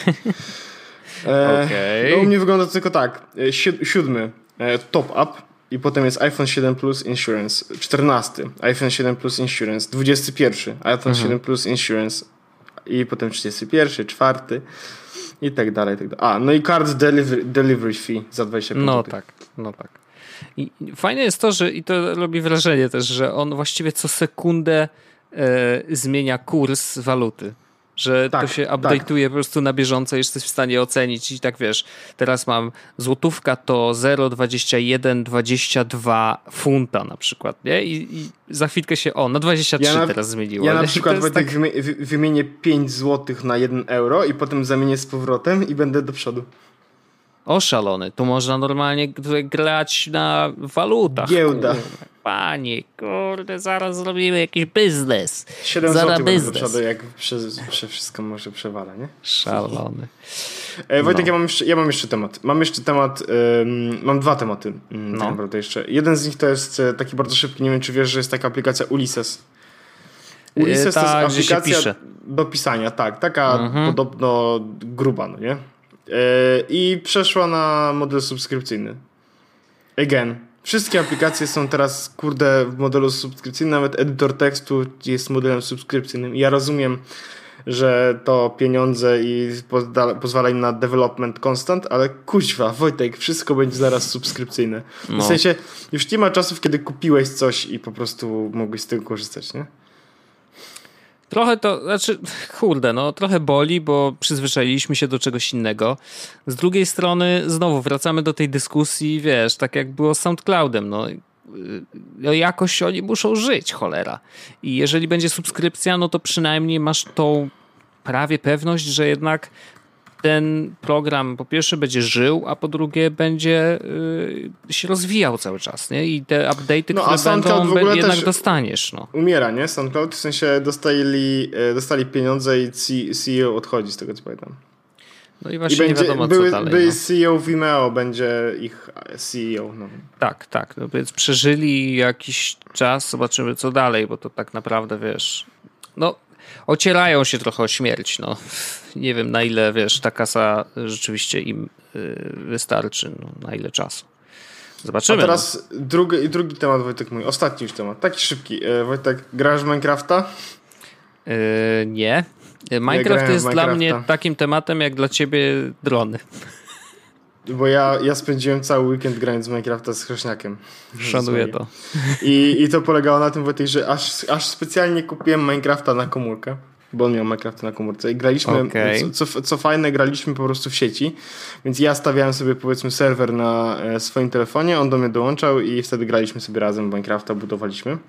e, okay. No u mnie wygląda to tylko tak. Si- siódmy e, top up i potem jest iPhone siedem Plus Insurance. czternasty iPhone siedem Plus Insurance. dwudziesty pierwszy iPhone mhm. siedem Plus Insurance i potem trzydziesty pierwszy, czwarty i tak dalej, i tak dalej. A, no i card delivery, delivery fee za dwadzieścia pięć No złotych. tak, no tak. I fajne jest to, że i to robi wrażenie też, że on właściwie co sekundę e, zmienia kurs waluty. Że tak, to się update'uje tak. po prostu na bieżąco, jesteś w stanie ocenić i tak wiesz, teraz mam złotówka to zero przecinek dwadzieścia jeden dwadzieścia dwa funta na przykład, nie? I, i za chwilkę się, o, na dwadzieścia trzy ja na, teraz zmieniło. Ja na przykład Wojtek tak... wymienię pięć złotych na jeden euro i potem zamienię z powrotem i będę do przodu. O, szalony, tu można normalnie grać na walutach. Giełda. Kurde. Panie, kurde, zaraz zrobimy jakiś biznes. siedem złotych będę do przodu, jak przez, przez wszystko może przewala, nie? Szalony. E, Wojtek, no. ja, mam jeszcze, ja mam jeszcze temat. Mam jeszcze temat, ym, mam dwa tematy ym, no. tak naprawdę jeszcze. Jeden z nich to jest taki bardzo szybki, nie wiem czy wiesz, że jest taka aplikacja Ulysses. Ulysses e, ta, to jest aplikacja do pisania, tak, taka mhm. podobno gruba, no nie? I przeszła na model subskrypcyjny. Again. Wszystkie aplikacje są teraz, kurde, w modelu subskrypcyjnym. Nawet edytor tekstu jest modelem subskrypcyjnym. Ja rozumiem, że to pieniądze i pozwala im na development constant, ale kuźwa, Wojtek, wszystko będzie zaraz subskrypcyjne. No. W sensie, już nie ma czasów, kiedy kupiłeś coś i po prostu mogłeś z tego korzystać, nie? Trochę to, znaczy, kurde, no trochę boli, bo przyzwyczailiśmy się do czegoś innego. Z drugiej strony znowu wracamy do tej dyskusji, wiesz, tak jak było z SoundCloudem, no, no jakoś oni muszą żyć, cholera. I jeżeli będzie subskrypcja, no to przynajmniej masz tą prawie pewność, że jednak ten program po pierwsze będzie żył, a po drugie będzie yy, się rozwijał cały czas, nie? I te update'y, no, które będą, be, jednak dostaniesz, no. Umiera, nie? SoundCloud, w sensie dostali, dostali pieniądze i C E O odchodzi, z tego co pamiętam. No i właśnie I będzie, nie wiadomo, były, co dalej. Były no. C E O Vimeo, będzie ich C E O. No. Tak, tak. No więc przeżyli jakiś czas, zobaczymy co dalej, bo to tak naprawdę, wiesz, no ocierają się trochę o śmierć, no. Nie wiem na ile, wiesz, ta kasa rzeczywiście im y, wystarczy, no, na ile czasu. Zobaczymy. A teraz no. drugi, drugi temat, Wojtek mój, ostatni już temat, taki szybki. E, Wojtek, grasz w Minecrafta? Yy, nie. Minecraft ja jest Minecrafta. Dla mnie takim tematem, jak dla ciebie drony. Bo ja, ja spędziłem cały weekend grając w Minecrafta z chrześniakiem. Szanuję to. I, I to polegało na tym, Wojtek, że aż, aż specjalnie kupiłem Minecrafta na komórkę, bo on miał Minecrafta na komórce i graliśmy, okay. co, co, co fajne, graliśmy po prostu w sieci, więc ja stawiałem sobie, powiedzmy, serwer na e, swoim telefonie, on do mnie dołączał i wtedy graliśmy sobie razem w Minecrafta, budowaliśmy.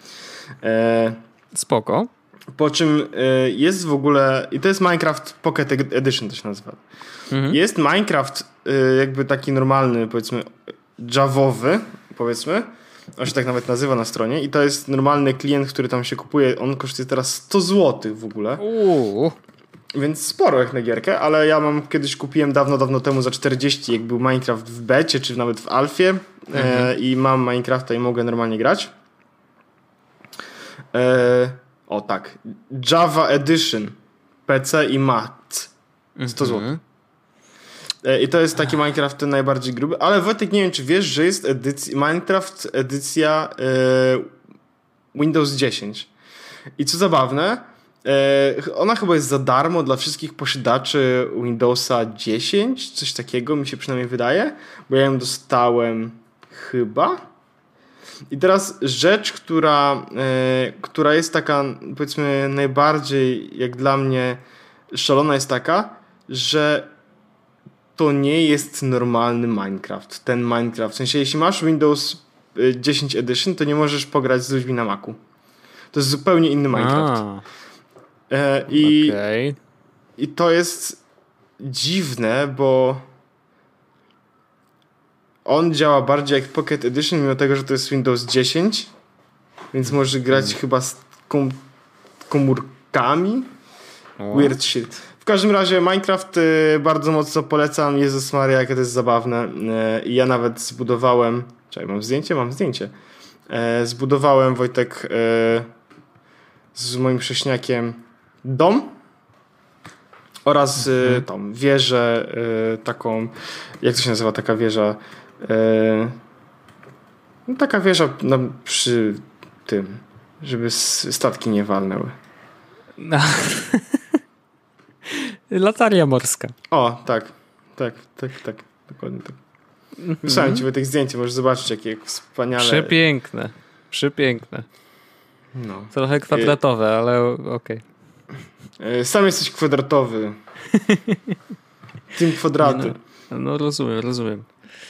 E, Spoko. Po czym e, jest w ogóle, i to jest Minecraft Pocket Edition to się nazywa. Mhm. Jest Minecraft e, jakby taki normalny, powiedzmy, javowy, powiedzmy, on się tak nawet nazywa na stronie i to jest normalny klient, który tam się kupuje, on kosztuje teraz sto złotych w ogóle. Uuu. Więc sporo jak na gierkę, ale ja mam kiedyś kupiłem dawno, dawno temu za czterdzieści, jak był Minecraft w becie, czy nawet w alfie mhm. e, i mam Minecrafta i mogę normalnie grać. E, O tak. Java Edition. P C i Mac. sto złotych. I to jest taki Minecraft ten najbardziej gruby. Ale Wojtek, nie wiem, czy wiesz, że jest edycja, Minecraft edycja e, Windows dziesięć. I co zabawne, e, ona chyba jest za darmo dla wszystkich posiadaczy Windowsa dziesięć. Coś takiego mi się przynajmniej wydaje. Bo ja ją dostałem chyba. I teraz rzecz, która, e, która jest taka, powiedzmy, najbardziej jak dla mnie szalona, jest taka, że to nie jest normalny Minecraft. Ten Minecraft. W sensie, jeśli masz Windows dziesięć Edition, to nie możesz pograć z ludźmi na Macu. To jest zupełnie inny Minecraft. E, i, okay. I to jest dziwne, bo on działa bardziej jak Pocket Edition, mimo tego, że to jest Windows dziesięć, więc możesz grać hmm. chyba z kom- komórkami. What? Weird shit. W każdym razie Minecraft y, bardzo mocno polecam. Jezus Maria, jakie to jest zabawne. I y, ja nawet zbudowałem... Czekaj, mam zdjęcie? Mam zdjęcie. Y, zbudowałem, Wojtek, y, z moim prześniakiem dom oraz y, mhm. tą wieżę y, taką... Jak to się nazywa taka wieża? No taka wieża no, przy tym, żeby statki nie walnęły. No. Latarnia morska. O, tak. Tak, tak, tak. Dokładnie tak. Wysłałem ci tych zdjęć, możesz zobaczyć, jakie wspaniale... Przepiękne. Przepiękne. No. Trochę kwadratowe, ale okej. Okay. Sam jesteś kwadratowy. Team kwadraty. No, no rozumiem, rozumiem.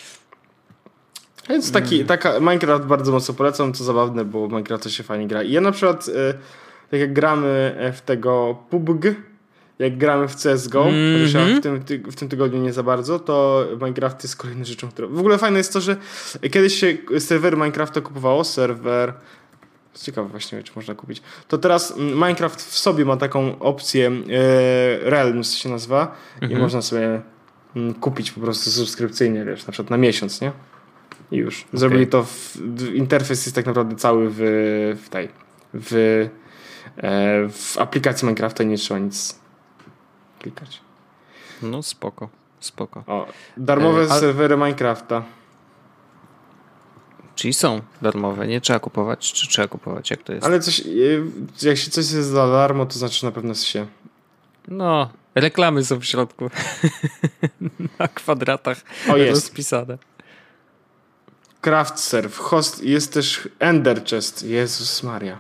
Więc taki, taka Minecraft bardzo mocno polecam, co zabawne, bo w Minecrafta się fajnie gra. I ja na przykład, e, tak jak gramy w tego P U B G, jak gramy w C S G O, mm-hmm. chociaż ja w tym, ty, w tym tygodniu nie za bardzo, to Minecraft jest kolejną rzeczą, która... W ogóle fajne jest to, że kiedyś się serwery Minecrafta kupowało, serwer... Ciekawe właśnie, czy można kupić. To teraz Minecraft w sobie ma taką opcję, e, Realms się nazywa, mm-hmm. i można sobie m, kupić po prostu subskrypcyjnie, wiesz, na przykład na miesiąc, nie? I już. Zrobili okay. to, w, w, interfejs jest tak naprawdę cały w, w tej, w, e, w aplikacji Minecrafta i nie trzeba nic klikać. No spoko, spoko. O, darmowe e, a... serwery Minecrafta. Czyli są darmowe, nie trzeba kupować, czy trzeba kupować, jak to jest? Ale coś, jak się coś jest za darmo, to znaczy na pewno się. No, reklamy są w środku. Na kwadratach o, jest. rozpisane. Craft Serve, host, jest też Ender Chest. Jezus Maria.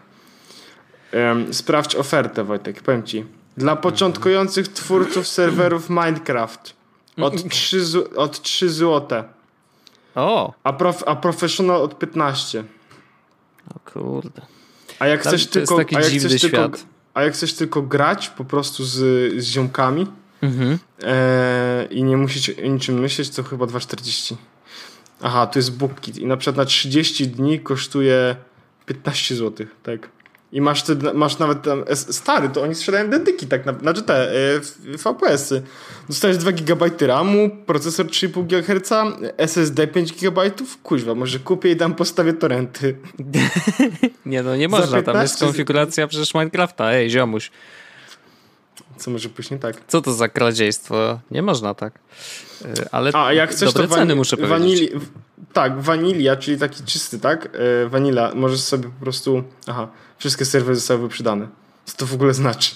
Um, sprawdź ofertę, Wojtek, powiem ci. Dla początkujących twórców serwerów Minecraft od trzy, od trzy złote. O. A, prof, a professional od piętnaście. O kurde. A jak chcesz to tylko, jest taki a jak dziwny chcesz świat. tylko, a jak chcesz tylko grać po prostu z, z ziomkami mhm. e, i nie musisz o niczym myśleć, to chyba dwa czterdzieści. Aha, tu jest BookKit i na przykład na trzydzieści dni kosztuje piętnaście złotych, tak. I masz, ty, masz nawet tam, stary, to oni sprzedają dedyki, tak, na, znaczy te, V P S-y. Dostajesz dwa gigabajty ramu, procesor trzy i pół gigaherca, S S D pięć gigabajtów, kuźwa, może kupię i dam postawię torrenty. Nie no, nie można, tam jest konfiguracja przecież Minecrafta, ej, ziomuś. Co może pójść nie tak? Co to za kradziejstwo? Nie można tak. Ale a jak chcesz, dobre to ceny muszę powiedzieć. Wanili, tak, wanilia, czyli taki czysty, tak? Wanila, możesz sobie po prostu... Aha, wszystkie serwery zostały wyprzedane. Co to w ogóle znaczy?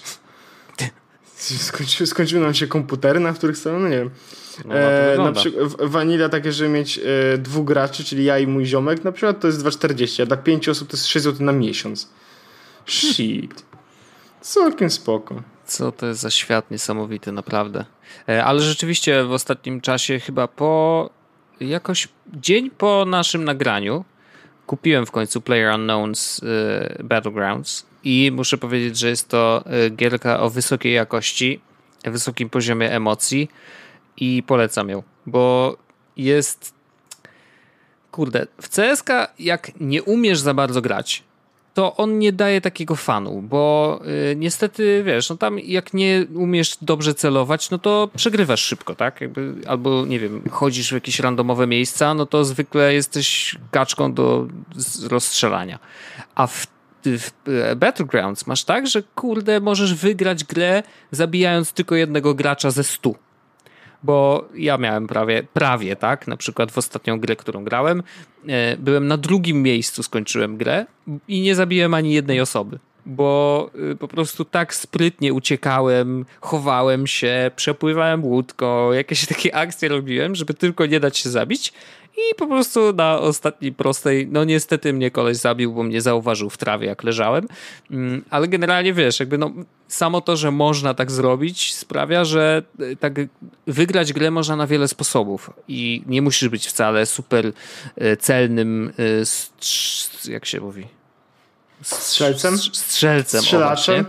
Skończy, skończyły nam się komputery, na których są, no nie wiem. No, e, na przykład wanilia takie, żeby mieć e, dwóch graczy, czyli ja i mój ziomek, na przykład to jest dwa czterdzieści, a dla pięciu osób to jest sześć złotych na miesiąc. Shit. Całkiem spoko. Co to jest za świat niesamowity, naprawdę. E, ale rzeczywiście w ostatnim czasie, chyba po jakoś dzień po naszym nagraniu, kupiłem w końcu PlayerUnknown's y, Battlegrounds i muszę powiedzieć, że jest to y, gierka o wysokiej jakości, wysokim poziomie emocji i polecam ją, bo jest kurde, w C S ka jak nie umiesz za bardzo grać, to on nie daje takiego fanu, bo y, niestety, wiesz, no tam jak nie umiesz dobrze celować, no to przegrywasz szybko, tak? Jakby, albo, nie wiem, chodzisz w jakieś randomowe miejsca, no to zwykle jesteś kaczką do rozstrzelania. A w w Battlegrounds masz tak, że kurde, możesz wygrać grę zabijając tylko jednego gracza ze stu. Bo ja miałem prawie, prawie tak, na przykład w ostatnią grę, którą grałem, byłem na drugim miejscu, skończyłem grę i nie zabiłem ani jednej osoby. Bo po prostu tak sprytnie uciekałem, chowałem się, przepływałem łódką, jakieś takie akcje robiłem, żeby tylko nie dać się zabić. I po prostu na ostatniej prostej, no niestety mnie koleś zabił, bo mnie zauważył w trawie, jak leżałem. Ale generalnie wiesz, jakby no samo to, że można tak zrobić, sprawia, że tak wygrać grę można na wiele sposobów. I nie musisz być wcale super celnym, jak się mówi? Strzelcem? Strzelcem. Strzelaczem?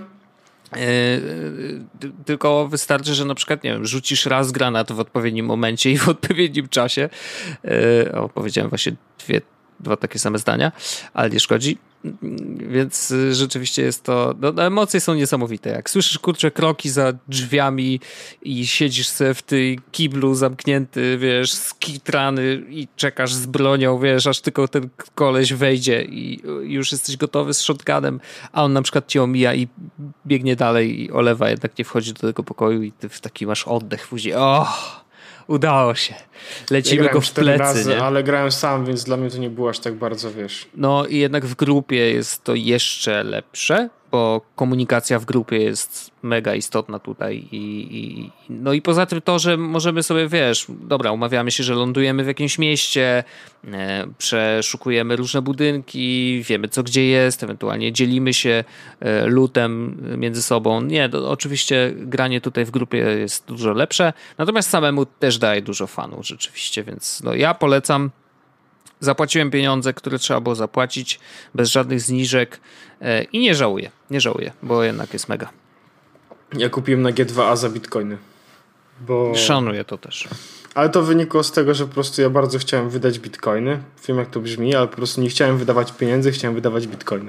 Yy, tylko wystarczy, że na przykład, nie wiem, rzucisz raz granat w odpowiednim momencie i w odpowiednim czasie. Yy, o, powiedziałem właśnie dwie, dwa takie same zdania, ale nie szkodzi. Więc y, rzeczywiście jest to, no, emocje są niesamowite. Jak słyszysz kurczę kroki za drzwiami i siedzisz sobie w tej kiblu zamknięty, wiesz, skitrany i czekasz z bronią, wiesz, aż tylko ten koleś wejdzie i już jesteś gotowy z shotgunem, a on na przykład cię omija i biegnie dalej i olewa, jednak nie wchodzi do tego pokoju i ty w taki masz oddech później. Oh! Udało się. Lecimy ja go w plecy. Razy, nie? Ale grałem sam, więc dla mnie to nie było aż tak bardzo, wiesz. No i jednak w grupie jest to jeszcze lepsze, bo komunikacja w grupie jest mega istotna tutaj i, i no i poza tym to, że możemy sobie, wiesz, dobra, umawiamy się, że lądujemy w jakimś mieście, e, przeszukujemy różne budynki, wiemy co gdzie jest, ewentualnie dzielimy się e, lootem między sobą. Nie, to, oczywiście granie tutaj w grupie jest dużo lepsze, natomiast samemu też daje dużo fanu rzeczywiście, więc no ja polecam. Zapłaciłem pieniądze, które trzeba było zapłacić, bez żadnych zniżek e, i nie żałuję, nie żałuję, bo jednak jest mega. Ja kupiłem na G dwa A za bitcoiny. Bo... Szanuję to też. Ale to wynikło z tego, że po prostu ja bardzo chciałem wydać bitcoiny. Wiem jak to brzmi, ale po prostu nie chciałem wydawać pieniędzy, chciałem wydawać bitcoiny.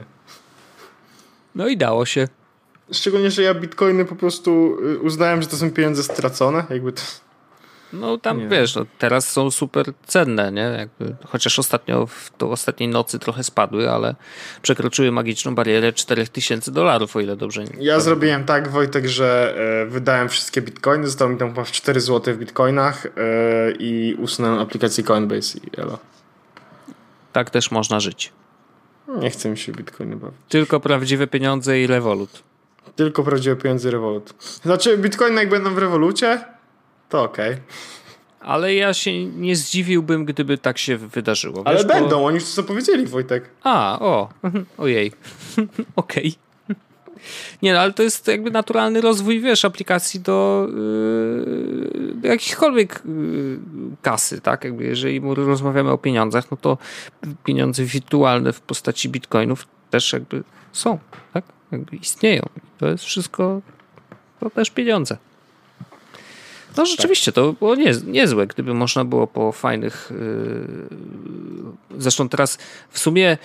No i dało się. Szczególnie, że ja bitcoiny po prostu uznałem, że to są pieniądze stracone. Jakby to... No tam nie. wiesz, no, teraz są super cenne, nie? Jakby, chociaż ostatnio, w to ostatniej nocy trochę spadły, ale przekroczyły magiczną barierę cztery tysiące dolarów, o ile dobrze nie. Ja pamiętam. zrobiłem tak, Wojtek, że e, wydałem wszystkie bitcoiny, zostało mi tam chyba cztery złote w bitcoinach e, i usunąłem aplikację Coinbase i elo. Tak też można żyć. Nie chcę mi się bitcoiny bawić. Tylko prawdziwe pieniądze i Revolut. Tylko prawdziwe pieniądze Revolut. Znaczy bitcoiny jak będą w Revolucie, to okej. Okay. Ale ja się nie zdziwiłbym, gdyby tak się wydarzyło. Ale wiesz, będą, bo... oni już to powiedzieli, Wojtek. A, o, ojej. Okej. Okay. Nie, no, ale to jest jakby naturalny rozwój, wiesz, aplikacji do, yy, do jakichkolwiek yy, kasy, tak? Jakby jeżeli rozmawiamy o pieniądzach, no to pieniądze wirtualne w postaci bitcoinów też jakby są, tak? Jakby istnieją. To jest wszystko, to też pieniądze. No rzeczywiście, to było nie, niezłe, gdyby można było po fajnych... Yy, zresztą teraz w sumie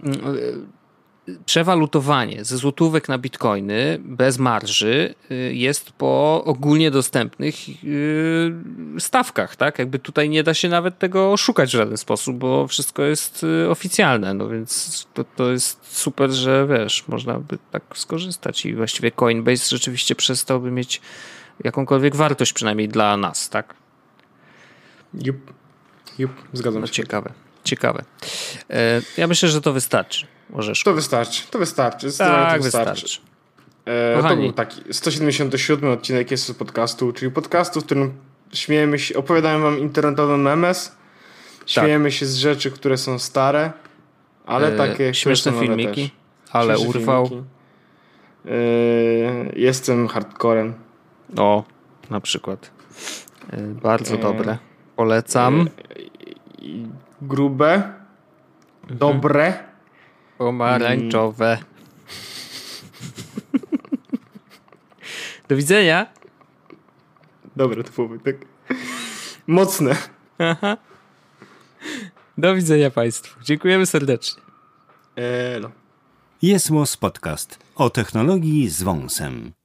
yy, przewalutowanie ze złotówek na bitcoiny bez marży yy, jest po ogólnie dostępnych yy, stawkach, tak? Jakby tutaj nie da się nawet tego oszukać w żaden sposób, bo wszystko jest yy, oficjalne, no więc to, to jest super, że wiesz, można by tak skorzystać i właściwie Coinbase rzeczywiście przestałby mieć jakąkolwiek wartość, przynajmniej dla nas, tak? Jup, jup, zgadzam no, się. Ciekawe, ciekawe. E, ja myślę, że to wystarczy, Orzeszku. To wystarczy, to wystarczy. Tak, to wystarczy. wystarczy. E, to był taki sto siedemdziesiąty siódmy odcinek jest z podcastu, czyli podcastu, w którym śmiejemy się, opowiadamy wam internetowy memes, śmiejemy tak. się z rzeczy, które są stare, ale e, takie śmieszne filmiki, ale śmieszne urwał. Filmiki. E, jestem hardcorem. O, na przykład. E, bardzo e, dobre. Polecam. E, grube. Mhm. Dobre. Pomarańczowe. Do widzenia. Dobre to było, tak. Mocne. Aha. Do widzenia Państwu. Dziękujemy serdecznie. Elo. Jest Podcast o technologii z wąsem.